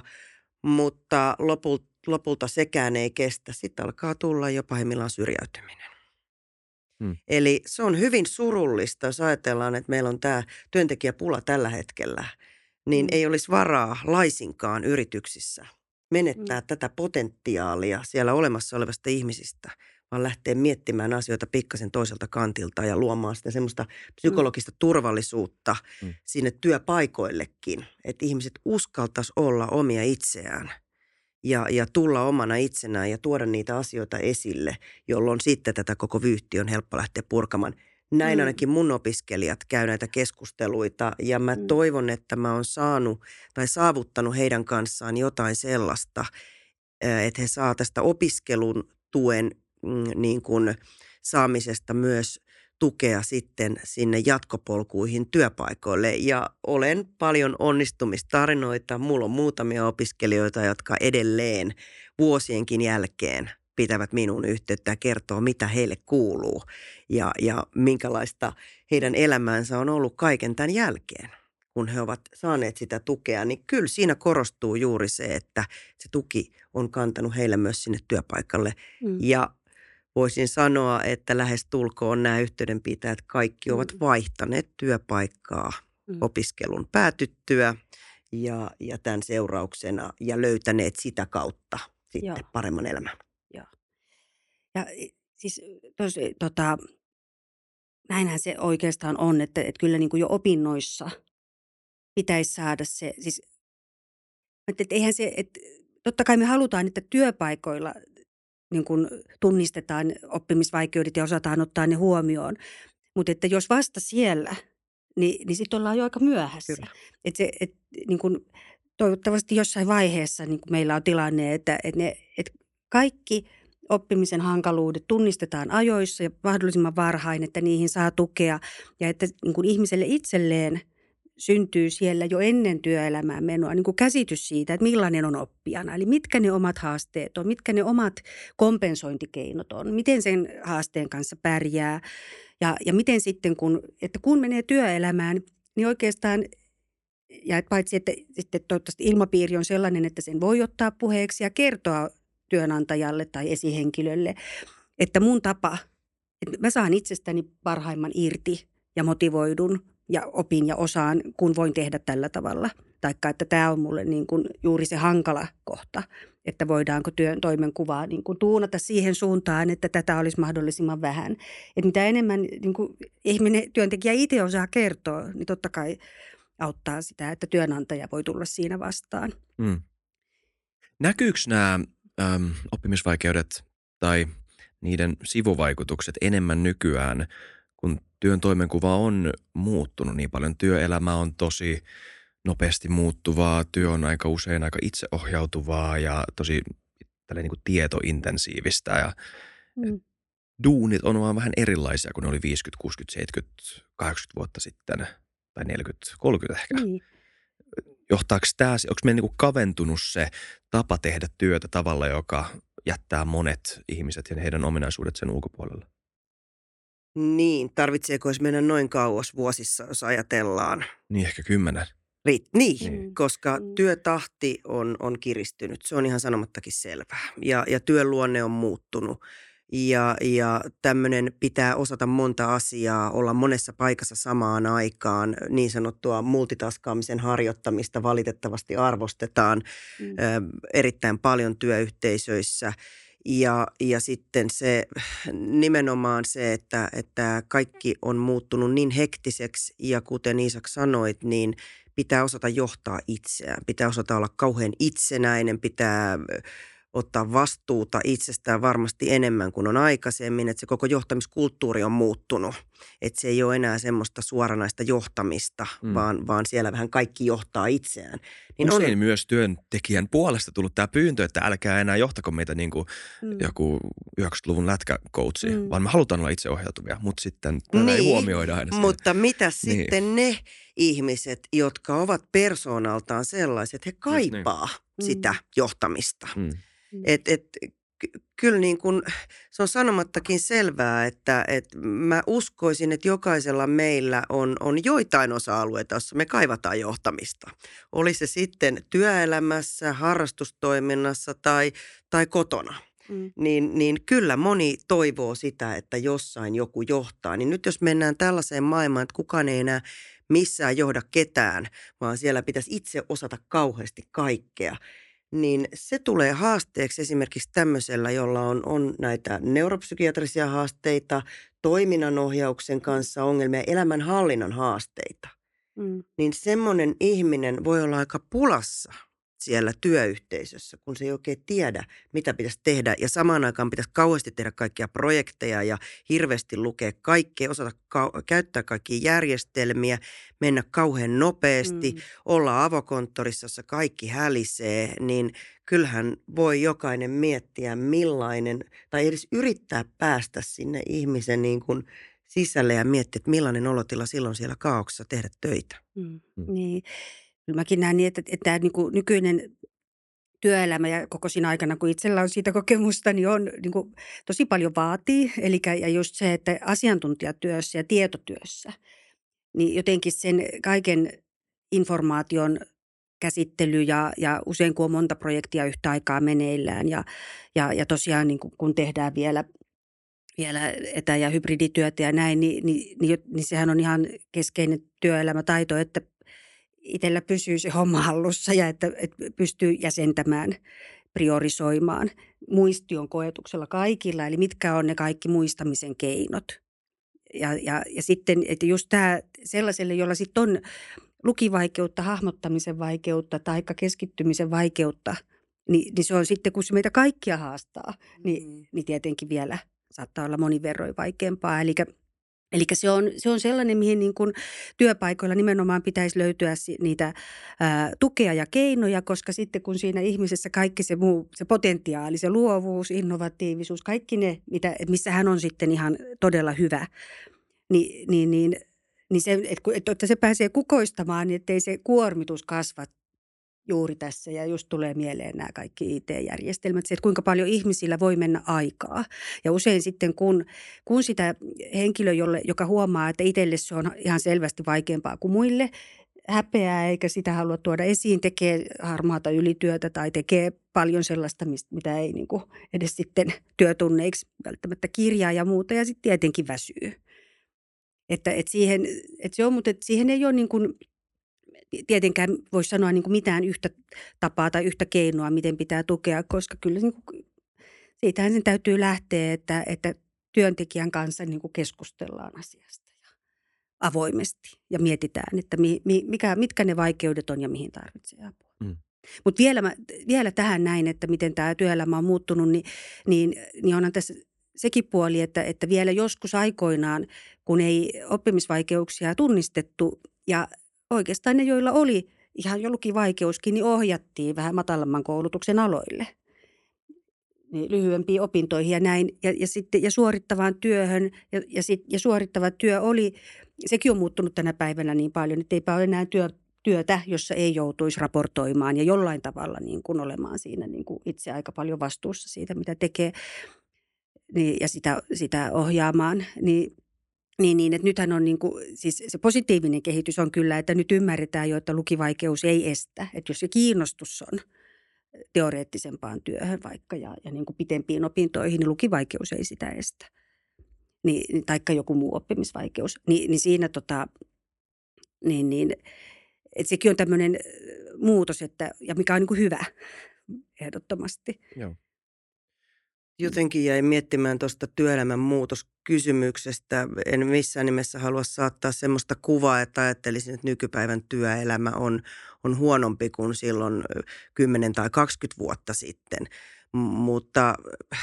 mutta lopulta, lopulta sekään ei kestä. Sitten alkaa tulla jo pahimmillaan syrjäytyminen. Hmm. Eli se on hyvin surullista, jos ajatellaan, että meillä on tämä työntekijäpula tällä hetkellä, niin Mm. ei olisi varaa laisinkaan yrityksissä menettää Mm. tätä potentiaalia siellä olemassa olevasta ihmisistä, vaan lähteä miettimään asioita pikkasen toiselta kantilta ja luomaan sitä semmoista psykologista turvallisuutta Mm. sinne työpaikoillekin, että ihmiset uskaltaisi olla omia itseään ja, ja tulla omana itsenään ja tuoda niitä asioita esille, jolloin sitten tätä koko vyyhtiä on helppo lähteä purkamaan. Näin Mm. ainakin mun opiskelijat käy näitä keskusteluita ja mä Mm. toivon, että mä oon saanut tai saavuttanut heidän kanssaan jotain sellaista, ää, että he saa tästä opiskelun tuen mm, niin kuin saamisesta myös tukea sitten sinne jatkopolkuihin työpaikoille. Ja olen paljon onnistumistarinoita. Mulla on muutamia opiskelijoita, jotka edelleen vuosienkin jälkeen pitävät minuun yhteyttä ja kertoo, mitä heille kuuluu ja, ja minkälaista heidän elämäänsä on ollut kaiken tämän jälkeen, kun he ovat saaneet sitä tukea. Niin kyllä siinä korostuu juuri se, että se tuki on kantanut heille myös sinne työpaikalle. Mm. Ja voisin sanoa, että lähes tulkoon nämä yhteydenpitäjät kaikki ovat Mm. vaihtaneet työpaikkaa Mm. opiskelun päätyttyä ja, ja tämän seurauksena ja löytäneet sitä kautta sitten Joo. paremman elämän. Ja i- siis tos, tota, näinhän se oikeastaan on, että, että kyllä niin kuin jo opinnoissa pitäisi saada se, siis että, että eihän se, että totta kai me halutaan, että työpaikoilla niin kuin tunnistetaan oppimisvaikeudet ja osataan ottaa ne huomioon, mutta että jos vasta siellä, niin, niin sitten ollaan jo aika myöhässä. Kyllä. Että se, et, niin kuin, toivottavasti jossain vaiheessa niin kuin meillä on tilanne, että, että, ne, että kaikki oppimisen hankaluudet tunnistetaan ajoissa ja mahdollisimman varhain, että niihin saa tukea ja että niin kuin ihmiselle itselleen syntyy siellä jo ennen työelämään menoa niin kuin käsitys siitä, että millainen on oppijana. Eli mitkä ne omat haasteet on, mitkä ne omat kompensointikeinot on, miten sen haasteen kanssa pärjää ja, ja miten sitten, kun, että kun menee työelämään, niin oikeastaan, ja paitsi että sitten toivottavasti ilmapiiri on sellainen, että sen voi ottaa puheeksi ja kertoa työnantajalle tai esihenkilölle, että mun tapa, että mä saan itsestäni parhaimman irti ja motivoidun ja opin ja osaan, kun voin tehdä tällä tavalla. Taikka, että tämä on mulle niin kuin juuri se hankala kohta, että voidaanko työn toimenkuvaa niin kuin tuunata siihen suuntaan, että tätä olisi mahdollisimman vähän. Että mitä enemmän niin kuin ihminen, työntekijä itse osaa kertoa, niin totta kai auttaa sitä, että työnantaja voi tulla siinä vastaan. Mm. Näkyykö nämä äm, oppimisvaikeudet tai niiden sivuvaikutukset enemmän nykyään, kun työn toimenkuva on muuttunut niin paljon? Työelämä on tosi nopeasti muuttuvaa, työ on aika usein aika itseohjautuvaa ja tosi niin kuin tietointensiivistä ja Mm. duunit on vaan vähän erilaisia kuin ne oli viisikymmentä, kuusikymmentä, seitsemänkymmentä, kahdeksankymmentä vuotta sitten tai neljäkymmentä, kolmekymmentä ehkä. Niin. Johtaako tämä, onko meillä niin kuin kaventunut se tapa tehdä työtä tavalla, joka jättää monet ihmiset ja heidän ominaisuudet sen ulkopuolella? Niin, tarvitseeko edes mennä noin kauas vuosissa, jos ajatellaan? Niin ehkä kymmenen. Riit, niin, Mm. koska Mm. työtahti on, on kiristynyt. Se on ihan sanomattakin selvää. Ja, ja työn luonne on muuttunut. Ja, ja tämmöinen pitää osata monta asiaa, olla monessa paikassa samaan aikaan. Niin sanottua multitaskaamisen harjoittamista valitettavasti arvostetaan Mm. ö, erittäin paljon työyhteisöissä. Ja, ja sitten se nimenomaan se, että, että kaikki on muuttunut niin hektiseksi ja kuten Iisak sanoit, niin pitää osata johtaa itseään. Pitää osata olla kauhean itsenäinen, pitää ottaa vastuuta itsestään varmasti enemmän kuin on aikaisemmin, että se koko johtamiskulttuuri on muuttunut. Että se ei ole enää semmoista suoranaista johtamista, Mm. vaan, vaan siellä vähän kaikki johtaa itseään. Niin Usein on myös työntekijän puolesta tullut tämä pyyntö, että älkää enää johtako meitä niin kuin Mm. joku yhdeksänkymmentäluvun lätkäkoutsi, Mm. vaan me halutaan olla itseohjautuvia, mutta sitten tätä ei Niin, huomioida aina. siinä. mutta mitä Niin. sitten ne ihmiset, jotka ovat persoonaltaan sellaiset, he niin. kaipaa Mm. sitä johtamista. Mm. Et, et, ky- kyllä niin kuin, se on sanomattakin selvää, että et mä uskoisin, että jokaisella meillä on, on joitain osa-alueita, joissa me kaivataan johtamista. Oli se sitten työelämässä, harrastustoiminnassa tai, tai kotona. Mm. Niin, niin kyllä moni toivoo sitä, että jossain joku johtaa. Niin nyt jos mennään tällaiseen maailmaan, että kukaan ei enää missään johda ketään, vaan siellä pitäisi itse osata kauheasti kaikkea, niin se tulee haasteeksi esimerkiksi tämmöisellä, jolla on, on näitä neuropsykiatrisia haasteita, toiminnanohjauksen kanssa ongelmia, elämänhallinnan haasteita. Mm. Niin semmoinen ihminen voi olla aika pulassa siellä työyhteisössä, kun se ei oikein tiedä, mitä pitäisi tehdä. Ja samaan aikaan pitäisi kauheasti tehdä kaikkia projekteja ja hirveästi lukea kaikkea, osata ka- käyttää kaikkia järjestelmiä, mennä kauhean nopeasti, Mm. olla avokonttorissa, jossa kaikki hälisee, niin kyllähän voi jokainen miettiä millainen, tai edes yrittää päästä sinne ihmisen niin kuin sisälle ja miettiä, että millainen olotila silloin siellä kaauksessa tehdä töitä. Mm. Mm. Niin. Kyllä mäkin näen niin, että, että tämä niin kuin nykyinen työelämä ja koko siinä aikana, kun itsellä on siitä kokemusta, niin on niin kuin, tosi paljon vaatii. Eli ja just se, että asiantuntijatyössä ja tietotyössä, niin jotenkin sen kaiken informaation käsittely ja, ja usein kun on monta projektia yhtä aikaa meneillään ja, ja, ja tosiaan niin kun, kun tehdään vielä, vielä etä- ja hybridityötä ja näin, niin, niin, niin, niin sehän on ihan keskeinen työelämätaito, että itsellä pysyy se homma hallussa ja että, että pystyy jäsentämään, priorisoimaan. Muisti on koetuksella kaikilla, eli mitkä on ne kaikki muistamisen keinot. Ja, ja, ja sitten, että just tämä sellaiselle, jolla sitten on lukivaikeutta, hahmottamisen vaikeutta tai keskittymisen vaikeutta, niin, niin se on sitten, kun se meitä kaikkia haastaa, niin, Mm. niin tietenkin vielä saattaa olla monin verroin vaikeampaa. Eli Eli se on, se on sellainen, mihin niin kuin työpaikoilla nimenomaan pitäisi löytyä si- niitä ää, tukea ja keinoja, koska sitten kun siinä ihmisessä kaikki se muu, se potentiaali, se luovuus, innovatiivisuus, kaikki ne, mitä, missä hän on sitten ihan todella hyvä, niin, niin, niin, niin se, että, kun- että se pääsee kukoistamaan, niin ettei se kuormitus kasva juuri tässä. Ja just tulee mieleen nämä kaikki I T-järjestelmät, se, että kuinka paljon ihmisillä voi mennä aikaa. Ja usein sitten, kun, kun sitä henkilö, jolle, joka huomaa, että itselle se on ihan selvästi vaikeampaa kuin muille, häpeää eikä sitä halua tuoda esiin, tekee harmaata ylityötä tai tekee paljon sellaista, mitä ei niin kuin edes sitten työtunneiksi välttämättä kirjaa ja muuta. Ja sitten tietenkin väsyy. Että, että, siihen, että se on, mutta että siihen ei ole niin kuin tietenkään voisi sanoa niin kuin mitään yhtä tapaa tai yhtä keinoa, miten pitää tukea, koska kyllä niin kuin, siitähän sen täytyy lähteä, että, että työntekijän kanssa niin kuin keskustellaan asiasta ja avoimesti ja mietitään, että mi, mikä, mitkä ne vaikeudet on ja mihin tarvitsee apua. Mm. Mutta vielä, mä- vielä tähän näin, että miten tämä työelämä on muuttunut, niin, niin, niin onhan tässä sekin puoli, että, että vielä joskus aikoinaan, kun ei oppimisvaikeuksia tunnistettu ja oikeastaan ne, joilla oli ihan jo lukivaikeuskin, niin ohjattiin vähän matalamman koulutuksen aloille. Niin lyhyempiin opintoihin ja näin. Ja, ja, sitten, ja suorittavaan työhön. Ja, ja, sit, ja suorittava työ oli, sekin on muuttunut tänä päivänä niin paljon, että eipä ole enää työ, työtä, jossa ei joutuisi raportoimaan ja jollain tavalla niin kuin olemaan siinä niin kuin itse aika paljon vastuussa siitä, mitä tekee niin, ja sitä, sitä ohjaamaan. Niin, Niin, niin, että nythän on niin kuin, siis se positiivinen kehitys on kyllä, että nyt ymmärretään jo, että lukivaikeus ei estä. Että jos se kiinnostus on, teoreettisempaan työhön vaikka ja, ja niin kuin pitempiin opintoihin, niin lukivaikeus ei sitä estä. Niin, taikka joku muu oppimisvaikeus. Ni, niin siinä tota, niin, niin, että sekin on tämmöinen muutos, että, ja mikä on niin kuin hyvä ehdottomasti. Joo. Jotenkin jäin miettimään tuosta työelämän muutoskysymyksestä. En missään nimessä halua saattaa semmoista kuvaa, että ajattelisin, että nykypäivän työelämä on, on huonompi kuin silloin kymmenen tai kaksikymmentä vuotta sitten. M- mutta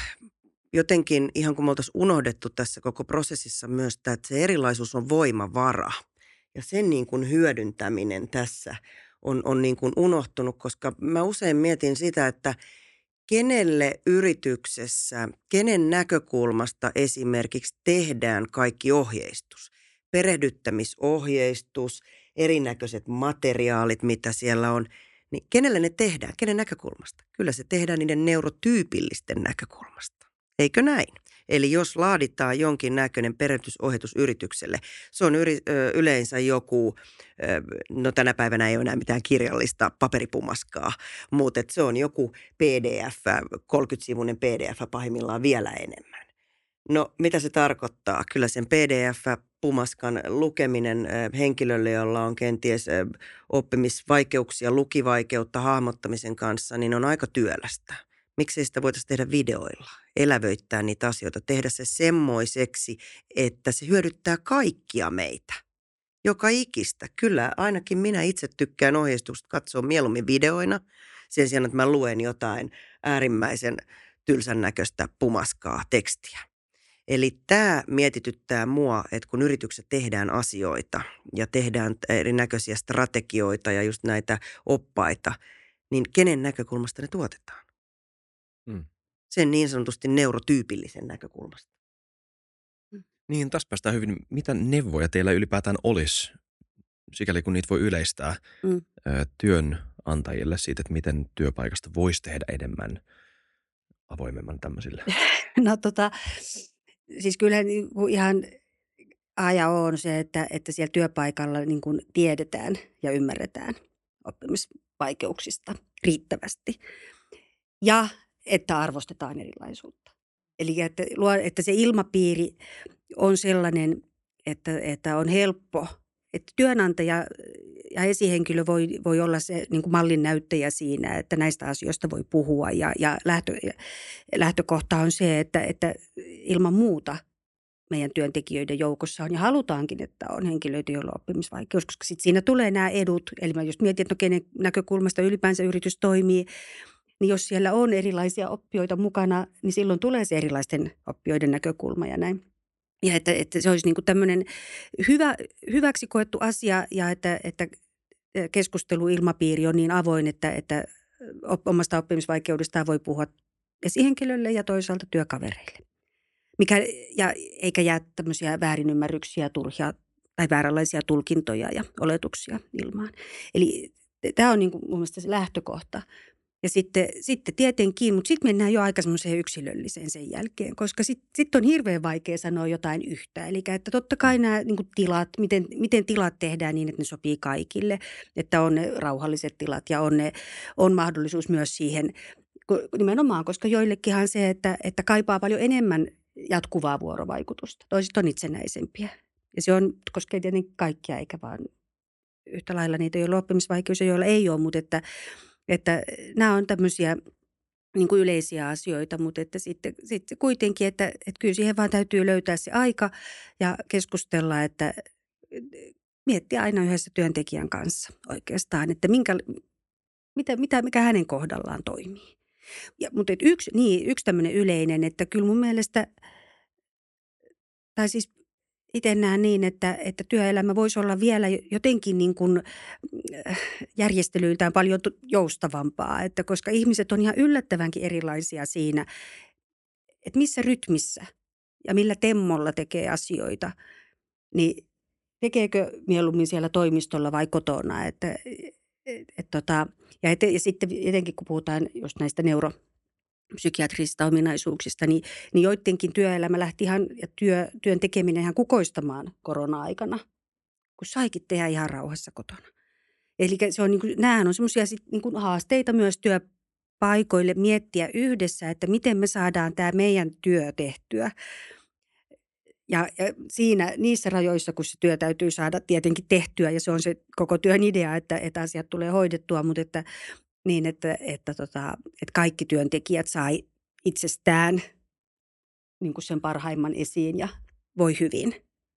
jotenkin ihan kun me oltaisiin unohdettu tässä koko prosessissa myös tämä, että se erilaisuus on voimavara. Ja sen niin kuin hyödyntäminen tässä on, on niin kuin unohtunut, koska mä usein mietin sitä, että kenelle yrityksessä, kenen näkökulmasta esimerkiksi tehdään kaikki ohjeistus, perehdyttämisohjeistus, erinäköiset materiaalit, mitä siellä on, niin kenelle ne tehdään, kenen näkökulmasta? Kyllä se tehdään niiden neurotyypillisten näkökulmasta. Eikö näin? Eli jos laaditaan jonkin näköinen perehdytysohjetus yritykselle, se on yri, ö, yleensä joku, ö, no tänä päivänä ei ole enää mitään kirjallista paperipumaskaa, mutta se on joku P D F, kolmekymmentäsivuinen P D F pahimmillaan vielä enemmän. No mitä se tarkoittaa? Kyllä sen P D F-pumaskan lukeminen ö, henkilölle, jolla on kenties ö, oppimisvaikeuksia, lukivaikeutta hahmottamisen kanssa, niin on aika työlästä. Miksei sitä voitaisiin tehdä videoilla, elävöittää niitä asioita, tehdä se semmoiseksi, että se hyödyttää kaikkia meitä, joka ikistä. Kyllä ainakin minä itse tykkään ohjeistuksesta katsoa mieluummin videoina sen sijaan, että mä luen jotain äärimmäisen tylsän näköistä pumaskaa tekstiä. Eli tämä mietityttää mua, että kun yrityksessä tehdään asioita ja tehdään erinäköisiä strategioita ja just näitä oppaita, niin kenen näkökulmasta ne tuotetaan? Mm. Sen niin sanotusti neurotyypillisen näkökulmasta. Niin, tässä päästään hyvin. Mitä neuvoja teillä ylipäätään olisi, sikäli kun niitä voi yleistää Mm. ö, työnantajille siitä, että miten työpaikasta voisi tehdä enemmän avoimemman tämmöisille? No tota, siis kyllä niin kuin ihan A ja O on se, että, että siellä työpaikalla niin kuin tiedetään ja ymmärretään oppimisvaikeuksista riittävästi. Ja että arvostetaan erilaisuutta. Eli että, luo- että se ilmapiiri on sellainen, että, että on helppo, että työnantaja ja esihenkilö voi, voi olla se niin kuin mallin näyttäjä siinä, että näistä asioista voi puhua. Ja, ja lähtö, lähtökohta on se, että, että ilman muuta meidän työntekijöiden joukossa on ja halutaankin, että on henkilöitä, joilla on oppimisvaikeus, koska sitten siinä tulee nämä edut. Eli mä just mietin, että no kenen näkökulmasta ylipäänsä yritys toimii. Niin jos siellä on erilaisia oppijoita mukana, niin silloin tulee se erilaisten oppijoiden näkökulma ja näin. Ja että, että se olisi niin kuin tämmöinen hyvä, hyväksi koettu asia ja että, että keskusteluilmapiiri on niin avoin, että, että omasta oppimisvaikeudestaan voi puhua esihenkilölle ja toisaalta työkavereille. Mikä, ja eikä jää tämmöisiä väärinymmärryksiä, turhia tai vääränlaisia tulkintoja ja oletuksia ilmaan. Eli tämä on niin kuin mun mielestä se lähtökohta. Ja sitten, sitten tietenkin, mutta sitten mennään jo aika semmoiseen yksilölliseen sen jälkeen, koska sitten sit on hirveän vaikea sanoa jotain yhtä. Eli että totta kai nämä niin kuin tilat, miten, miten tilat tehdään niin, että ne sopii kaikille, että on ne rauhalliset tilat ja on, ne, on mahdollisuus myös siihen nimenomaan, koska joillekinhan se, että, että kaipaa paljon enemmän jatkuvaa vuorovaikutusta. Toiset on itsenäisempiä ja se on, koskee tietenkin kaikkia eikä vaan yhtä lailla niitä, joilla on oppimisvaikeus ja joilla ei ole, mutta että Että nämä on tämmöisiä niin kuin yleisiä asioita, mutta että sitten, sitten kuitenkin, että, että kyllä siihen vaan täytyy löytää se aika ja keskustella, että miettiä aina yhdessä työntekijän kanssa oikeastaan, että minkä, mitä, mitä, mikä hänen kohdallaan toimii. Ja, mutta että yksi, niin, yksi tämmöinen yleinen, että kyllä mun mielestä, tai siis itse näen niin, että, että työelämä voisi olla vielä jotenkin niin kuin järjestelyiltään paljon joustavampaa, että koska ihmiset on ihan yllättävänkin erilaisia siinä, että missä rytmissä ja millä temmolla tekee asioita, niin tekeekö mieluummin siellä toimistolla vai kotona. Että, et, et, tota, ja, et, ja sitten etenkin kun puhutaan just näistä neuro psykiatrisista ominaisuuksista, niin, niin joidenkin työelämä lähti ihan, ja työ, työn tekeminen ihan kukoistamaan korona-aikana, kun saikin tehdä ihan rauhassa kotona. Eli se on, niin kuin, nämähän on semmoisia niin kuin haasteita myös paikoille miettiä yhdessä, että miten me saadaan tämä meidän työ tehtyä. Ja, ja siinä niissä rajoissa, kun se työ täytyy saada tietenkin tehtyä ja se on se koko työn idea, että, että asiat tulee hoidettua, mutta että, niin, että, että, tota, että kaikki työntekijät sai itsestään niin kuin sen parhaimman esiin ja voi hyvin.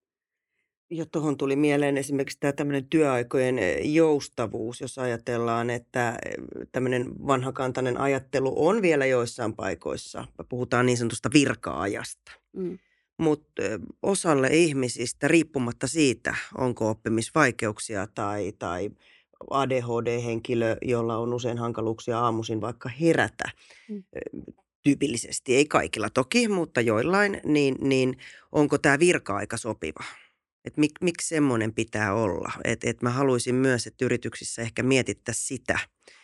Ja tuohon tuli mieleen esimerkiksi tämä tämmöinen työaikojen joustavuus, jos ajatellaan, että tämmöinen vanhakantainen ajattelu on vielä joissain paikoissa. Puhutaan niin sanotusta virka-ajasta. Mm. Mutta osalle ihmisistä, riippumatta siitä, onko oppimisvaikeuksia tai, tai A D H D-henkilö, jolla on usein hankaluuksia aamuisin vaikka herätä, mm. tyypillisesti, ei kaikilla toki, mutta joillain, niin, niin onko tämä virka-aika sopiva? Että mik, miksi semmoinen pitää olla? Että et mä haluaisin myös, että yrityksissä ehkä mietittäisiin sitä,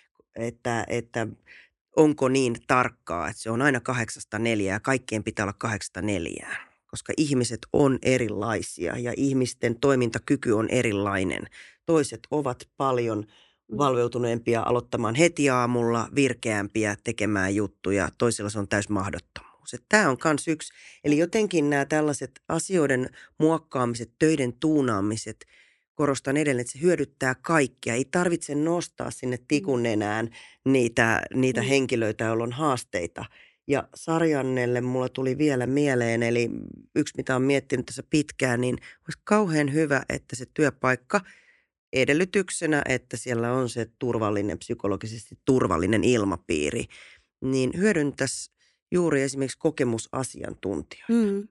että, että onko niin tarkkaa, että se on aina kahdeksasta neljään ja kaikkien pitää olla kahdeksasta neljään. Koska ihmiset on erilaisia ja ihmisten toimintakyky on erilainen. Toiset ovat paljon valveutuneempia aloittamaan heti aamulla, virkeämpiä tekemään juttuja. Toisilla se on täys mahdottomuus. Tämä on myös yksi. Eli jotenkin nämä tällaiset asioiden muokkaamiset, töiden tuunaamiset, korostan edelleen, että se hyödyttää kaikkia. Ei tarvitse nostaa sinne tikun nenään niitä, niitä mm. henkilöitä, joilla on haasteita. Ja Sarjannelle mulla tuli vielä mieleen, eli yksi mitä olen miettinyt tässä pitkään, niin olisi kauhean hyvä, että se työpaikka edellytyksenä, että siellä on se turvallinen, psykologisesti turvallinen ilmapiiri, niin hyödyntäisi juuri esimerkiksi kokemusasiantuntijoita. Mm.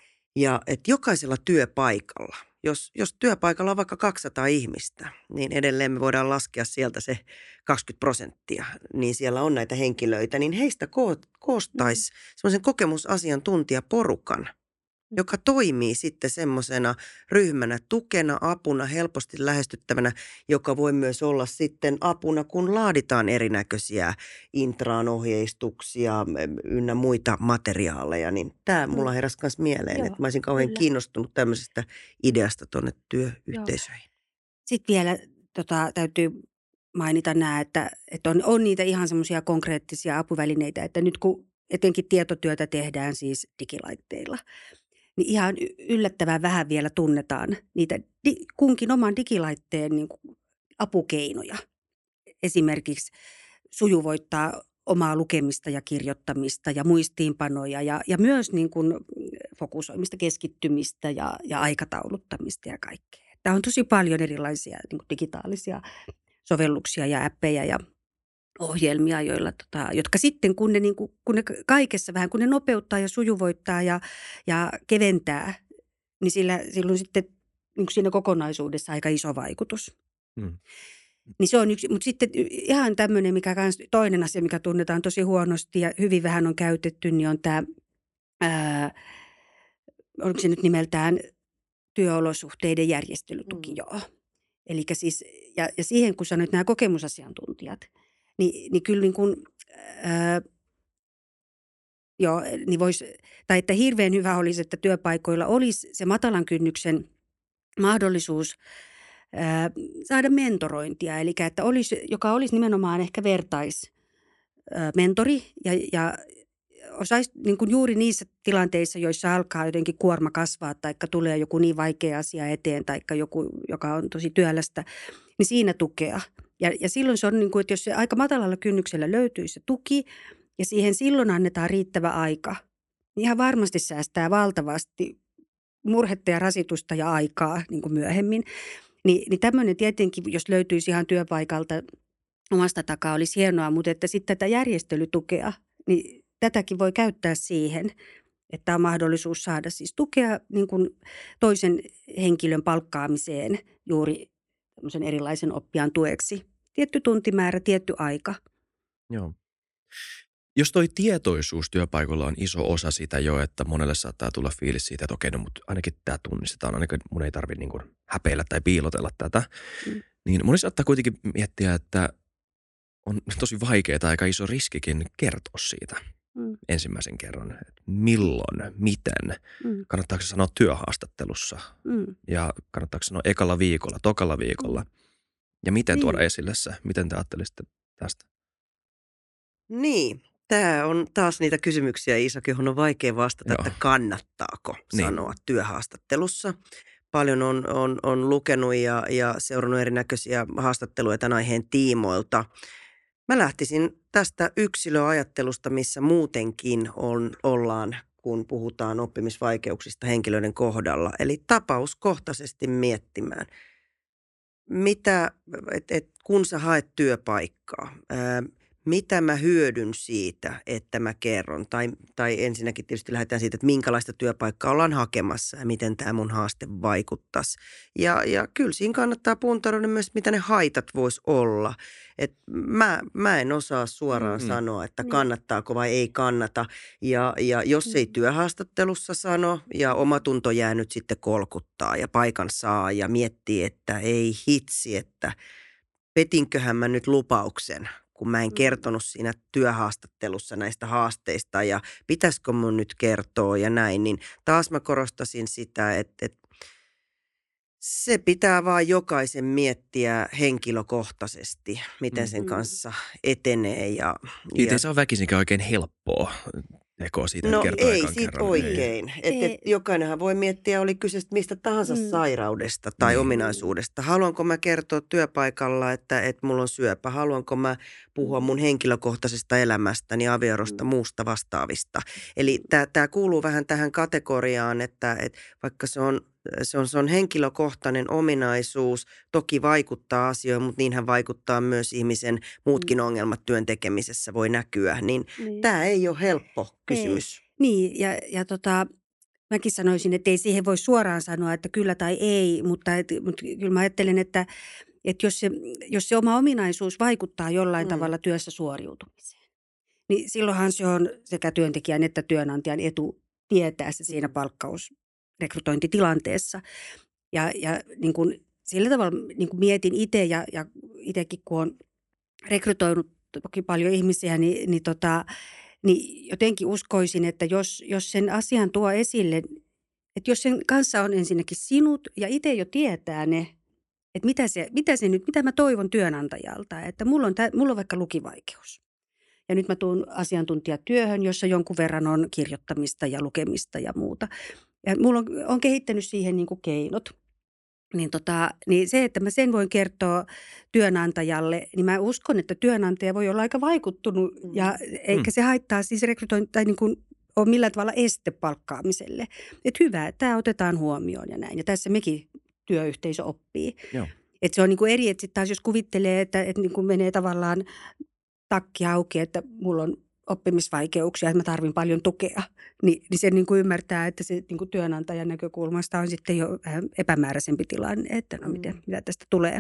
Ja että jokaisella työpaikalla, jos, jos työpaikalla on vaikka kaksisataa ihmistä, niin edelleen me voidaan laskea sieltä se kaksikymmentä prosenttia, niin siellä on näitä henkilöitä, niin heistä ko- koostaisi mm. semmoisen kokemusasiantuntijaporukan, joka toimii sitten semmoisena ryhmänä, tukena, apuna, helposti lähestyttävänä, joka voi myös olla sitten apuna, kun laaditaan erinäköisiä intraan ohjeistuksia ynnä muita materiaaleja. Niin tämä mulla heräsi myös mieleen, Joo, että mä olisin kauhean kyllä. kiinnostunut tämmöisestä ideasta tuonne työyhteisöihin. Joo. Sitten vielä tota, täytyy mainita nämä, että, että on, on niitä ihan semmoisia konkreettisia apuvälineitä, että nyt kun etenkin tietotyötä tehdään siis digilaitteilla, niin ihan yllättävän vähän vielä tunnetaan niitä di, kunkin oman digilaitteen niin kuin apukeinoja. Esimerkiksi sujuvoittaa omaa lukemista ja kirjoittamista ja muistiinpanoja ja, ja myös niin kuin fokusoimista, keskittymistä ja, ja aikatauluttamista ja kaikkea. Tämä on tosi paljon erilaisia niin kuin digitaalisia sovelluksia ja appeja ja ohjelmia, joilla, tota, jotka sitten kun ne, niin kuin, kun ne kaikessa vähän, kun ne nopeuttaa ja sujuvoittaa ja, ja keventää, niin sillä, silloin sitten niin kuin siinä kokonaisuudessa aika iso vaikutus. Hmm. Niin se on yksi, mutta sitten ihan tämmöinen, mikä kans, toinen asia, mikä tunnetaan tosi huonosti ja hyvin vähän on käytetty, niin on tämä, ää, onko se nyt nimeltään työolosuhteiden järjestelytuki, hmm. joo. Elikkä siis, ja, ja siihen kun sanoit nämä kokemusasiantuntijat, Niin, niin kyllä niin kuin, ää, joo, niin vois, tai että hirveän hyvä olisi, että työpaikoilla olisi se matalan kynnyksen mahdollisuus ää, saada mentorointia, eli että olisi, joka olisi nimenomaan ehkä vertaismentori ja, ja osaisi niin kuin juuri niissä tilanteissa, joissa alkaa jotenkin kuorma kasvaa, tai tulee joku niin vaikea asia eteen, tai joku, joka on tosi työlästä, niin siinä tukea. Ja, ja silloin se on niin kuin, että jos se aika matalalla kynnyksellä löytyy se tuki ja siihen silloin annetaan riittävä aika, niin ihan varmasti säästää valtavasti murhetta ja rasitusta ja aikaa niin kuin myöhemmin. Ni, niin tämmöinen tietenkin, jos löytyisi ihan työpaikalta omasta takaa, olisi hienoa, mutta että sitten tätä järjestelytukea, niin tätäkin voi käyttää siihen, että on mahdollisuus saada siis tukea niin kuin toisen henkilön palkkaamiseen juuri tämmöisen erilaisen oppijan tueksi. Tietty tuntimäärä, tietty aika. Joo. Jos toi tietoisuus työpaikalla on iso osa sitä jo, että monelle saattaa tulla fiilis siitä, että okei, no, mutta ainakin tämä tunnistetaan, ainakin mun ei tarvitse niin kuin häpeillä tai piilotella tätä, mm. niin moni saattaa kuitenkin miettiä, että on tosi vaikeaa aika iso riskikin kertoa siitä mm. ensimmäisen kerran. Että milloin, miten, mm. kannattaako se sanoa työhaastattelussa mm. ja kannattaako sanoa ekalla viikolla, tokalla viikolla. Ja miten tuoda niin. esille se? Miten te ajattelisitte tästä? Niin, tämä on taas niitä kysymyksiä, Isak, johon on vaikea vastata, Joo. että kannattaako Niin. sanoa työhaastattelussa. Paljon on, on, on lukenut ja, ja seurannut erinäköisiä haastatteluja tämän aiheen tiimoilta. Mä lähtisin tästä yksilöajattelusta, missä muutenkin on, ollaan, kun puhutaan oppimisvaikeuksista henkilöiden kohdalla. Eli tapauskohtaisesti miettimään, mitä, et, et, kun sä haet työpaikkaa, ää, mitä mä hyödyn siitä, että mä kerron. Tai, tai ensinnäkin tietysti lähdetään siitä, että minkälaista työpaikkaa ollaan hakemassa ja miten tämä mun haaste vaikuttaisi. Ja, ja kyllä siinä kannattaa puntaroida myös, mitä ne haitat vois olla. Et mä, mä en osaa suoraan Mm. sanoa, että Niin. kannattaako vai ei kannata. Ja, ja jos ei Mm. työhaastattelussa sano ja omatunto jää nyt sitten kolkuttaa ja paikan saa ja miettii, että ei hitsi, että petinköhän mä nyt lupauksen, kun mä en Mm. kertonut siinä työhaastattelussa näistä haasteista ja pitäisikö mun nyt kertoa ja näin, niin taas mä korostasin sitä, että, että se pitää vaan jokaisen miettiä henkilökohtaisesti, miten sen Mm. kanssa etenee. Ja, Siitä ja ei saa väkisinkään oikein helppoa tekoa siitä, että no kertoo ei ekan sit kerran. Ei. oikein. Et, et Ei. jokainenhan voi miettiä, oli kyse mistä tahansa Mm. sairaudesta tai Niin. ominaisuudesta. Haluanko mä kertoa työpaikalla, että, että mulla on syöpä? Haluanko mä puhua mun henkilökohtaisesta elämästäni, avioerosta, Mm. muusta vastaavista? Eli tämä kuuluu vähän tähän kategoriaan, että, että vaikka se on, se, on, se on henkilökohtainen ominaisuus, toki vaikuttaa asioihin, mutta niinhän vaikuttaa myös ihmisen muutkin Mm. ongelmat työn tekemisessä voi näkyä. Niin Niin. tämä ei ole helppo kysymys. Niin, ja, ja tota, mäkin sanoisin, että ei siihen voi suoraan sanoa, että kyllä tai ei, mutta, et, mutta kyllä mä ajattelen, että, että jos, se, jos se oma ominaisuus vaikuttaa jollain Mm. tavalla työssä suoriutumiseen, niin silloinhan se on sekä työntekijän että työnantajan etu tietää se siinä palkkausrekrytointitilanteessa. Ja, ja niin kuin sillä tavalla niin kuin mietin itse ja, ja itsekin kun olen rekrytoinut toki paljon ihmisiä, niin, niin, tota, niin jotenkin uskoisin, että jos, jos sen asian tuo esille, että jos sen kanssa on ensinnäkin sinut ja itse jo tietää ne, että mitä se, mitä se nyt, mitä mä toivon työnantajalta, että mulla on, tää, mulla on vaikka lukivaikeus. Ja nyt mä tuun asiantuntijatyöhön, jossa jonkun verran on kirjoittamista ja lukemista ja muuta. Ja mulla on, on kehittänyt siihen niin kuin keinot. Niin, tota, niin se, että mä sen voin kertoa työnantajalle, niin mä uskon, että työnantaja voi olla aika vaikuttunut, ja eikä se haittaa siis rekrytointi tai niin kuin ole millään tavalla este palkkaamiselle. Että hyvä, että tämä otetaan huomioon ja näin. Ja tässä mekin työyhteisö oppii. Joo. Että se on niin kuin eri, että sitten taas jos kuvittelee, että, että niin kuin menee tavallaan takki auki, että mulla on oppimisvaikeuksia, että mä tarvin paljon tukea, niin, niin se niin kuin ymmärtää, että se niin kuin työnantajan näkökulmasta on sitten jo vähän epämääräisempi tilanne, että no miten, mitä tästä tulee.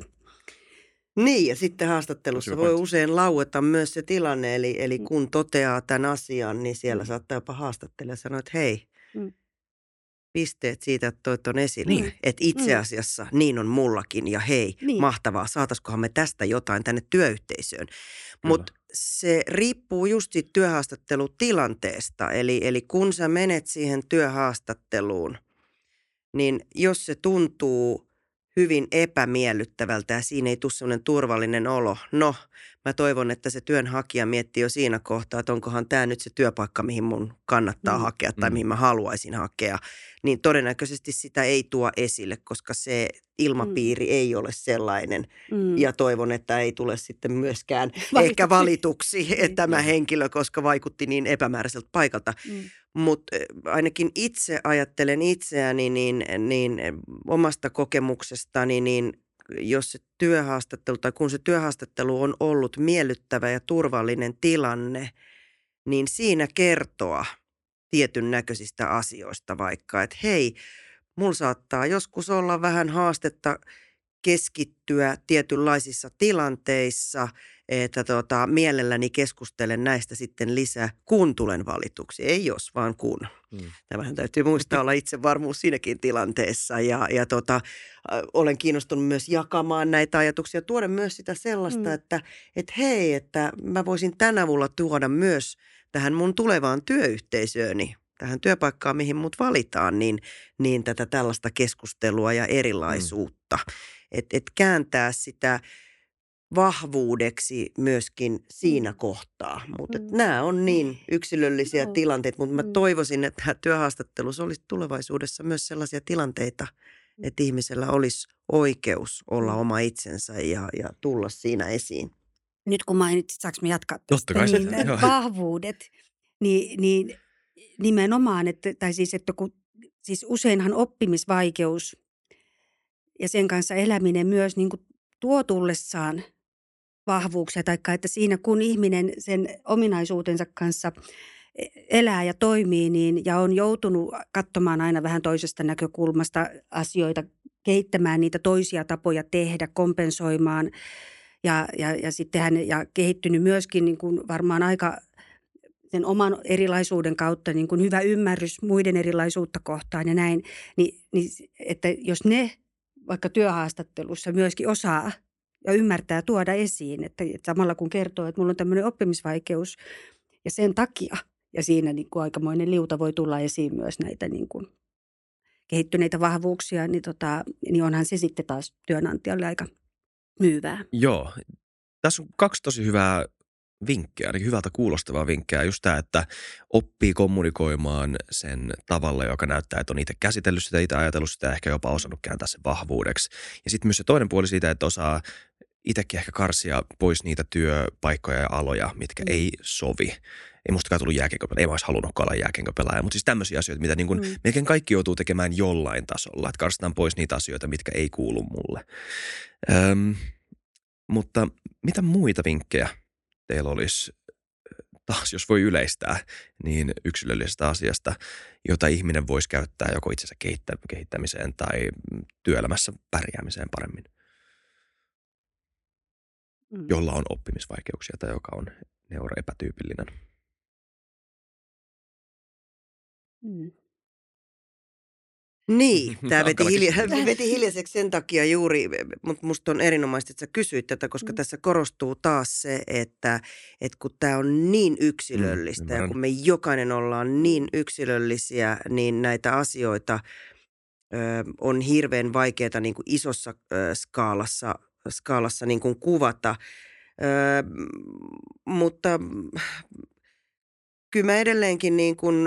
Niin, ja sitten haastattelussa Tosi voi pointti. usein laueta myös se tilanne, eli, eli Mm. kun toteaa tämän asian, niin siellä Mm. saattaa jopa haastattelija sanoa, että hei, Mm. pisteet siitä, että toit on esille. Niin. Että itse Mm. asiassa niin on mullakin, ja hei, Niin. mahtavaa, saataisikohan me tästä jotain tänne työyhteisöön. Mutta se riippuu just siitä työhaastattelutilanteesta, eli, eli kun sä menet siihen työhaastatteluun, niin jos se tuntuu hyvin epämiellyttävältä ja siinä ei tule sellainen turvallinen olo. No, mä toivon, että se työnhakija miettii jo siinä kohtaa, että onkohan tämä nyt se työpaikka, mihin mun kannattaa Mm. hakea tai Mm. mihin mä haluaisin hakea. Niin todennäköisesti sitä ei tuo esille, koska se ilmapiiri ei ole sellainen. Mm. Ja toivon, että ei tule sitten myöskään Valituksi. ehkä valituksi Niin. tämä Joo. henkilö, koska vaikutti niin epämääräiseltä paikalta. Mm. Mutta ainakin itse ajattelen itseäni niin, niin omasta kokemuksestani, niin jos se työhaastattelu tai kun se työhaastattelu on ollut miellyttävä ja turvallinen tilanne, niin siinä kertoa tietyn näköisistä asioista vaikka, että hei, mulla saattaa joskus olla vähän haastetta keskittyä tietynlaisissa tilanteissa, että tota, mielelläni keskustelen näistä sitten lisää, kun tulen valituksi. Ei jos, vaan kun. Mm. Tämähän täytyy muistaa olla itsevarmuus siinäkin tilanteessa ja, ja tota, äh, olen kiinnostunut myös jakamaan näitä ajatuksia, tuoda myös sitä sellaista, Mm. että et hei, että mä voisin tänä avulla tuoda myös tähän mun tulevaan työyhteisööni, tähän työpaikkaan, mihin mut valitaan, niin, niin tätä tällaista keskustelua ja erilaisuutta. Mm. Että et kääntää sitä vahvuudeksi myöskin siinä Mm. kohtaa. Mutta Mm. nämä on niin yksilöllisiä Joo. tilanteita, mutta mä Mm. toivoisin, että työhaastattelussa olisi tulevaisuudessa myös sellaisia tilanteita, että ihmisellä olisi oikeus olla Mm. oma itsensä ja, ja tulla siinä esiin. Nyt kun mainitsit, saanko mä jatkaa tästä? Totta kai Niin, saa, joo. vahvuudet, niin, niin nimenomaan, että, tai siis, että kun, siis useinhan oppimisvaikeus ja sen kanssa eläminen myös niin kuin tuo tullessaan vahvuuksia, taikka että siinä kun ihminen sen ominaisuutensa kanssa e- elää ja toimii, niin, ja on joutunut katsomaan aina vähän toisesta näkökulmasta asioita, kehittämään niitä toisia tapoja tehdä, kompensoimaan, ja, ja, ja sitten hän ja kehittynyt myöskin niin kuin varmaan aika sen oman erilaisuuden kautta niin kuin hyvä ymmärrys muiden erilaisuutta kohtaan ja näin, niin, niin että jos ne vaikka työhaastattelussa myöskin osaa ja ymmärtää tuoda esiin, että, että samalla kun kertoo, että mulla on tämmöinen oppimisvaikeus ja sen takia, ja siinä niin kuin aikamoinen liuta voi tulla esiin myös näitä niin kuin kehittyneitä vahvuuksia, niin, tota, niin onhan se sitten taas työnantajalle aika myyvää. Joo. Tässä on kaksi tosi hyvää vinkkiä, ainakin hyvältä kuulostavaa vinkkiä. Just tämä, että oppii kommunikoimaan sen tavalla, joka näyttää, että on itse käsitellyt sitä, itse ajatellut sitä ja ehkä jopa osannut kääntää sen vahvuudeksi. Ja sitten myös se toinen puoli siitä, että osaa itsekin ehkä karsia pois niitä työpaikkoja ja aloja, mitkä Mm. ei sovi. Ei mustakaan tullut jääkiekkopelaaja, ei mä olisi halunnutkaan olla jääkiekkopelaaja, mutta siis tämmöisiä asioita, mitä niin kuin Mm. melkein kaikki joutuu tekemään jollain tasolla, että karsitaan pois niitä asioita, mitkä ei kuulu mulle. Öm, mutta mitä muita vinkkejä teillä olisi, taas jos voi yleistää, niin yksilöllisestä asiasta, jota ihminen voisi käyttää joko itsensä kehittä- kehittämiseen tai työelämässä pärjäämiseen paremmin, Mm. jolla on oppimisvaikeuksia tai joka on neuroepätyypillinen? Mm. Niin, tämä veti, Hankala hilja- kysymys. veti hiljaiseksi sen takia juuri, mutta musta on erinomaista, että sä kysyit tätä, koska Mm. tässä korostuu taas se, että, että kun tämä on niin yksilöllistä Mm, ja ymmärrän. kun me jokainen ollaan niin yksilöllisiä, niin näitä asioita ö, on hirveän vaikeaa niin kuin isossa ö, skaalassa, skaalassa niin kuin kuvata. Ö, mutta kyllä mä edelleenkin niin kuin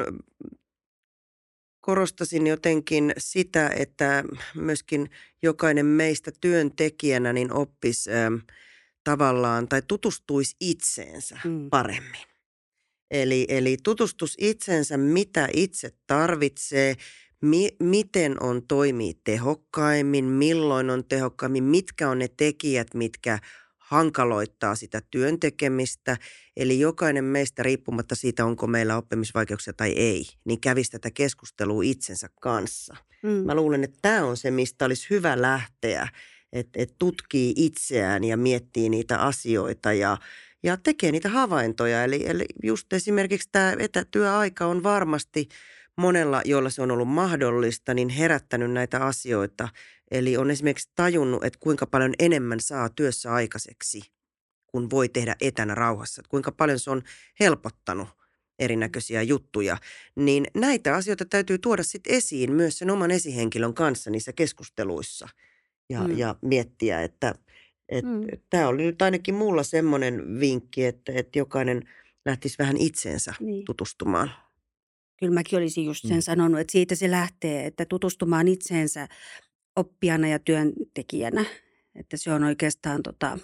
korostasin jotenkin sitä, että myöskin jokainen meistä työntekijänä niin oppisi ähm, tavallaan tai tutustuisi itseensä Mm. paremmin. Eli, eli tutustus itsensä, mitä itse tarvitsee, mi, miten on toimii tehokkaimmin, milloin on tehokkaimmin, mitkä on ne tekijät, mitkä hankaloittaa sitä työn tekemistä. Eli jokainen meistä riippumatta siitä, onko meillä oppimisvaikeuksia tai ei, niin kävisi tätä keskustelua itsensä kanssa. Mm. Mä luulen, että tämä on se, mistä olisi hyvä lähteä, että et tutkii itseään ja miettii niitä asioita ja, ja tekee niitä havaintoja. Eli, eli just esimerkiksi tämä etätyöaika on varmasti monella, joilla se on ollut mahdollista, niin herättänyt näitä asioita. Eli on esimerkiksi tajunnut, että kuinka paljon enemmän saa työssä aikaiseksi, kun voi tehdä etänä rauhassa. Että kuinka paljon se on helpottanut erinäköisiä juttuja. Niin näitä asioita täytyy tuoda sitten esiin myös sen oman esihenkilön kanssa niissä keskusteluissa. Ja, Mm. ja miettiä, että et, Mm. tämä oli nyt ainakin mulla semmoinen vinkki, että, että jokainen lähtisi vähän itseensä Niin. tutustumaan. Kyllä mäkin olisin just sen Mm. sanonut, että siitä se lähtee, että tutustumaan itseensä oppijana ja työntekijänä. Että se on oikeastaan tota,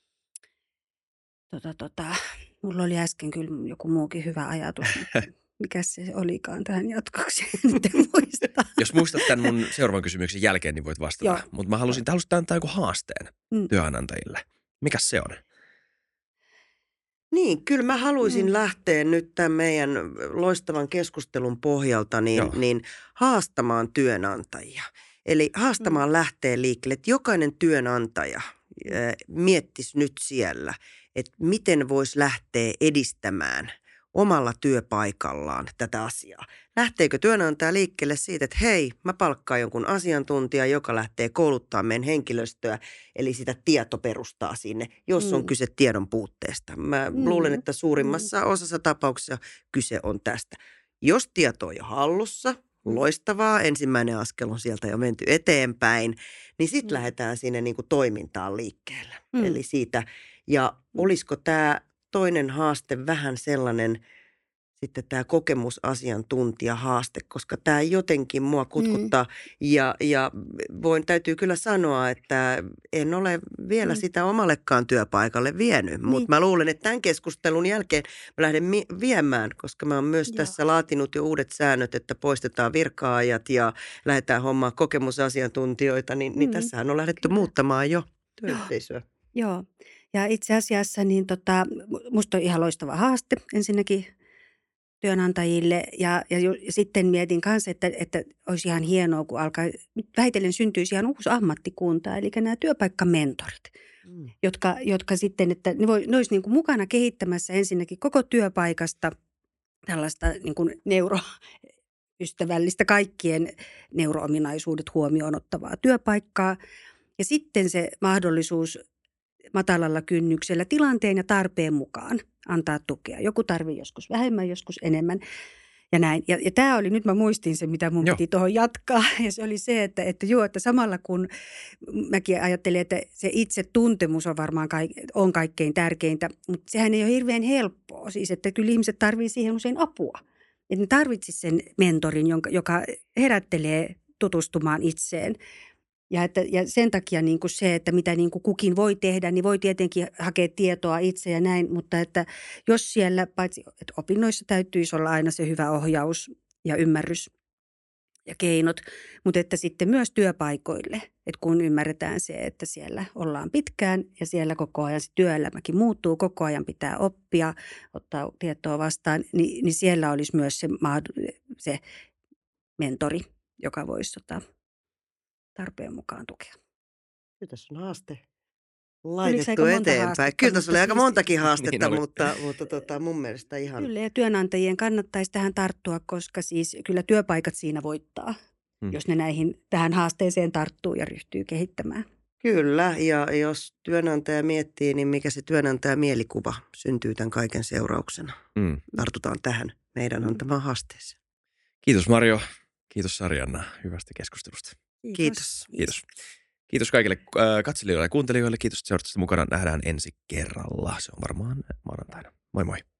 tota, tota, mulla oli äsken kyllä joku muukin hyvä ajatus, mutta mikä se olikaan tähän jatkoksi, en muista. Jos muistat tämän mun seuraavan kysymyksen jälkeen, niin voit vastata. Joo. Mutta mä halusin, halusin antaa joku haasteen Mm. työnantajille. Mikäs se on? Niin, kyllä mä haluaisin Mm. lähteä nyt tämän meidän loistavan keskustelun pohjalta niin, Joo. niin haastamaan työnantajia. Eli haastamaan lähtee liikkeelle, että jokainen työnantaja äh, miettisi nyt siellä, että miten voisi lähteä edistämään omalla työpaikallaan tätä asiaa. Lähteekö työnantaja liikkeelle siitä, että hei, mä palkkaan jonkun asiantuntijan, joka lähtee kouluttamaan meidän henkilöstöä, eli sitä tietoperustaa sinne, jos on Mm. kyse tiedon puutteesta. Mä Mm. luulen, että suurimmassa osassa tapauksessa kyse on tästä. Jos tieto on jo hallussa, loistavaa, ensimmäinen askel on sieltä jo menty eteenpäin, niin sitten Mm. lähdetään sinne niin kuin toimintaan liikkeelle. Mm. Eli siitä, ja olisiko tämä toinen haaste vähän sellainen, sitten tämä kokemusasiantuntija haaste, koska tämä jotenkin mua kutkuttaa ja, ja voin, täytyy kyllä sanoa, että en ole vielä Mm. sitä omallekaan työpaikalle vienyt, mutta Niin. mä luulen, että tämän keskustelun jälkeen mä lähden mi- viemään, koska mä oon myös Joo. tässä laatinut jo uudet säännöt, että poistetaan virka-ajat ja lähdetään hommaan kokemusasiantuntijoita, niin, niin Mm. tässähän on lähdetty Kyllä. muuttamaan jo työyhteisöä. Joo, ja itse asiassa niin tota, mu- musta on ihan loistava haaste ensinnäkin työnantajille ja, ja, ju- ja sitten mietin kanssa, että, että olisi ihan hienoa, kun alkaa, nyt vähitellen syntyisi ihan uusi ammattikunta, eli nämä työpaikkamentorit, Mm. jotka, jotka sitten, että ne, voi, ne olisi niin kuin mukana kehittämässä ensinnäkin koko työpaikasta tällaista niin kuin neuroystävällistä, kaikkien neuroominaisuudet huomioon ottavaa työpaikkaa. Ja sitten se mahdollisuus matalalla kynnyksellä tilanteen ja tarpeen mukaan antaa tukea. Joku tarvii joskus vähemmän, joskus enemmän ja näin. Ja, ja tämä oli, nyt mä muistin sen, mitä mun Joo. piti tuohon jatkaa. Ja se oli se, että, että joo, että samalla kun mäkin ajattelin, että se itse tuntemus on varmaan kaik, on kaikkein tärkeintä, mutta sehän ei ole hirveän helppoa. Siis, että kyllä ihmiset tarvii siihen usein apua. Että ne tarvitsisi sen mentorin, jonka, joka herättelee tutustumaan itseen. Ja, että, ja sen takia niin kuin se, että mitä niin kuin kukin voi tehdä, niin voi tietenkin hakea tietoa itse ja näin, mutta että jos siellä, paitsi että opinnoissa täytyisi olla aina se hyvä ohjaus ja ymmärrys ja keinot, mutta että sitten myös työpaikoille, että kun ymmärretään se, että siellä ollaan pitkään ja siellä koko ajan se työelämäkin muuttuu, koko ajan pitää oppia, ottaa tietoa vastaan, niin, niin siellä olisi myös se, se mentori, joka voisi ottaa tarpeen mukaan tukea. Kyllä tässä on haaste Tuliko laitettu aika monta eteenpäin. haastetta, Kyllä tässä mutta oli aika siis- montakin Niin haastetta, oli. mutta, mutta tota, mun mielestä ihan... Kyllä, ja työnantajien kannattaisi tähän tarttua, koska siis kyllä työpaikat siinä voittaa, Hmm. jos ne näihin, tähän haasteeseen tarttuu ja ryhtyy kehittämään. Kyllä, ja jos työnantaja miettii, niin mikä se työnantaja mielikuva syntyy tämän kaiken seurauksena. Mm. Tartutaan tähän meidän antamaan haasteeseen. Kiitos Marjo, kiitos Sarjanna hyvästä keskustelusta. Kiitos. Kiitos. Kiitos kaikille äh, katselijoille ja kuuntelijoille. Kiitos, että seurasitte mukana. Nähdään ensi kerralla. Se on varmaan maanantaina. Moi moi.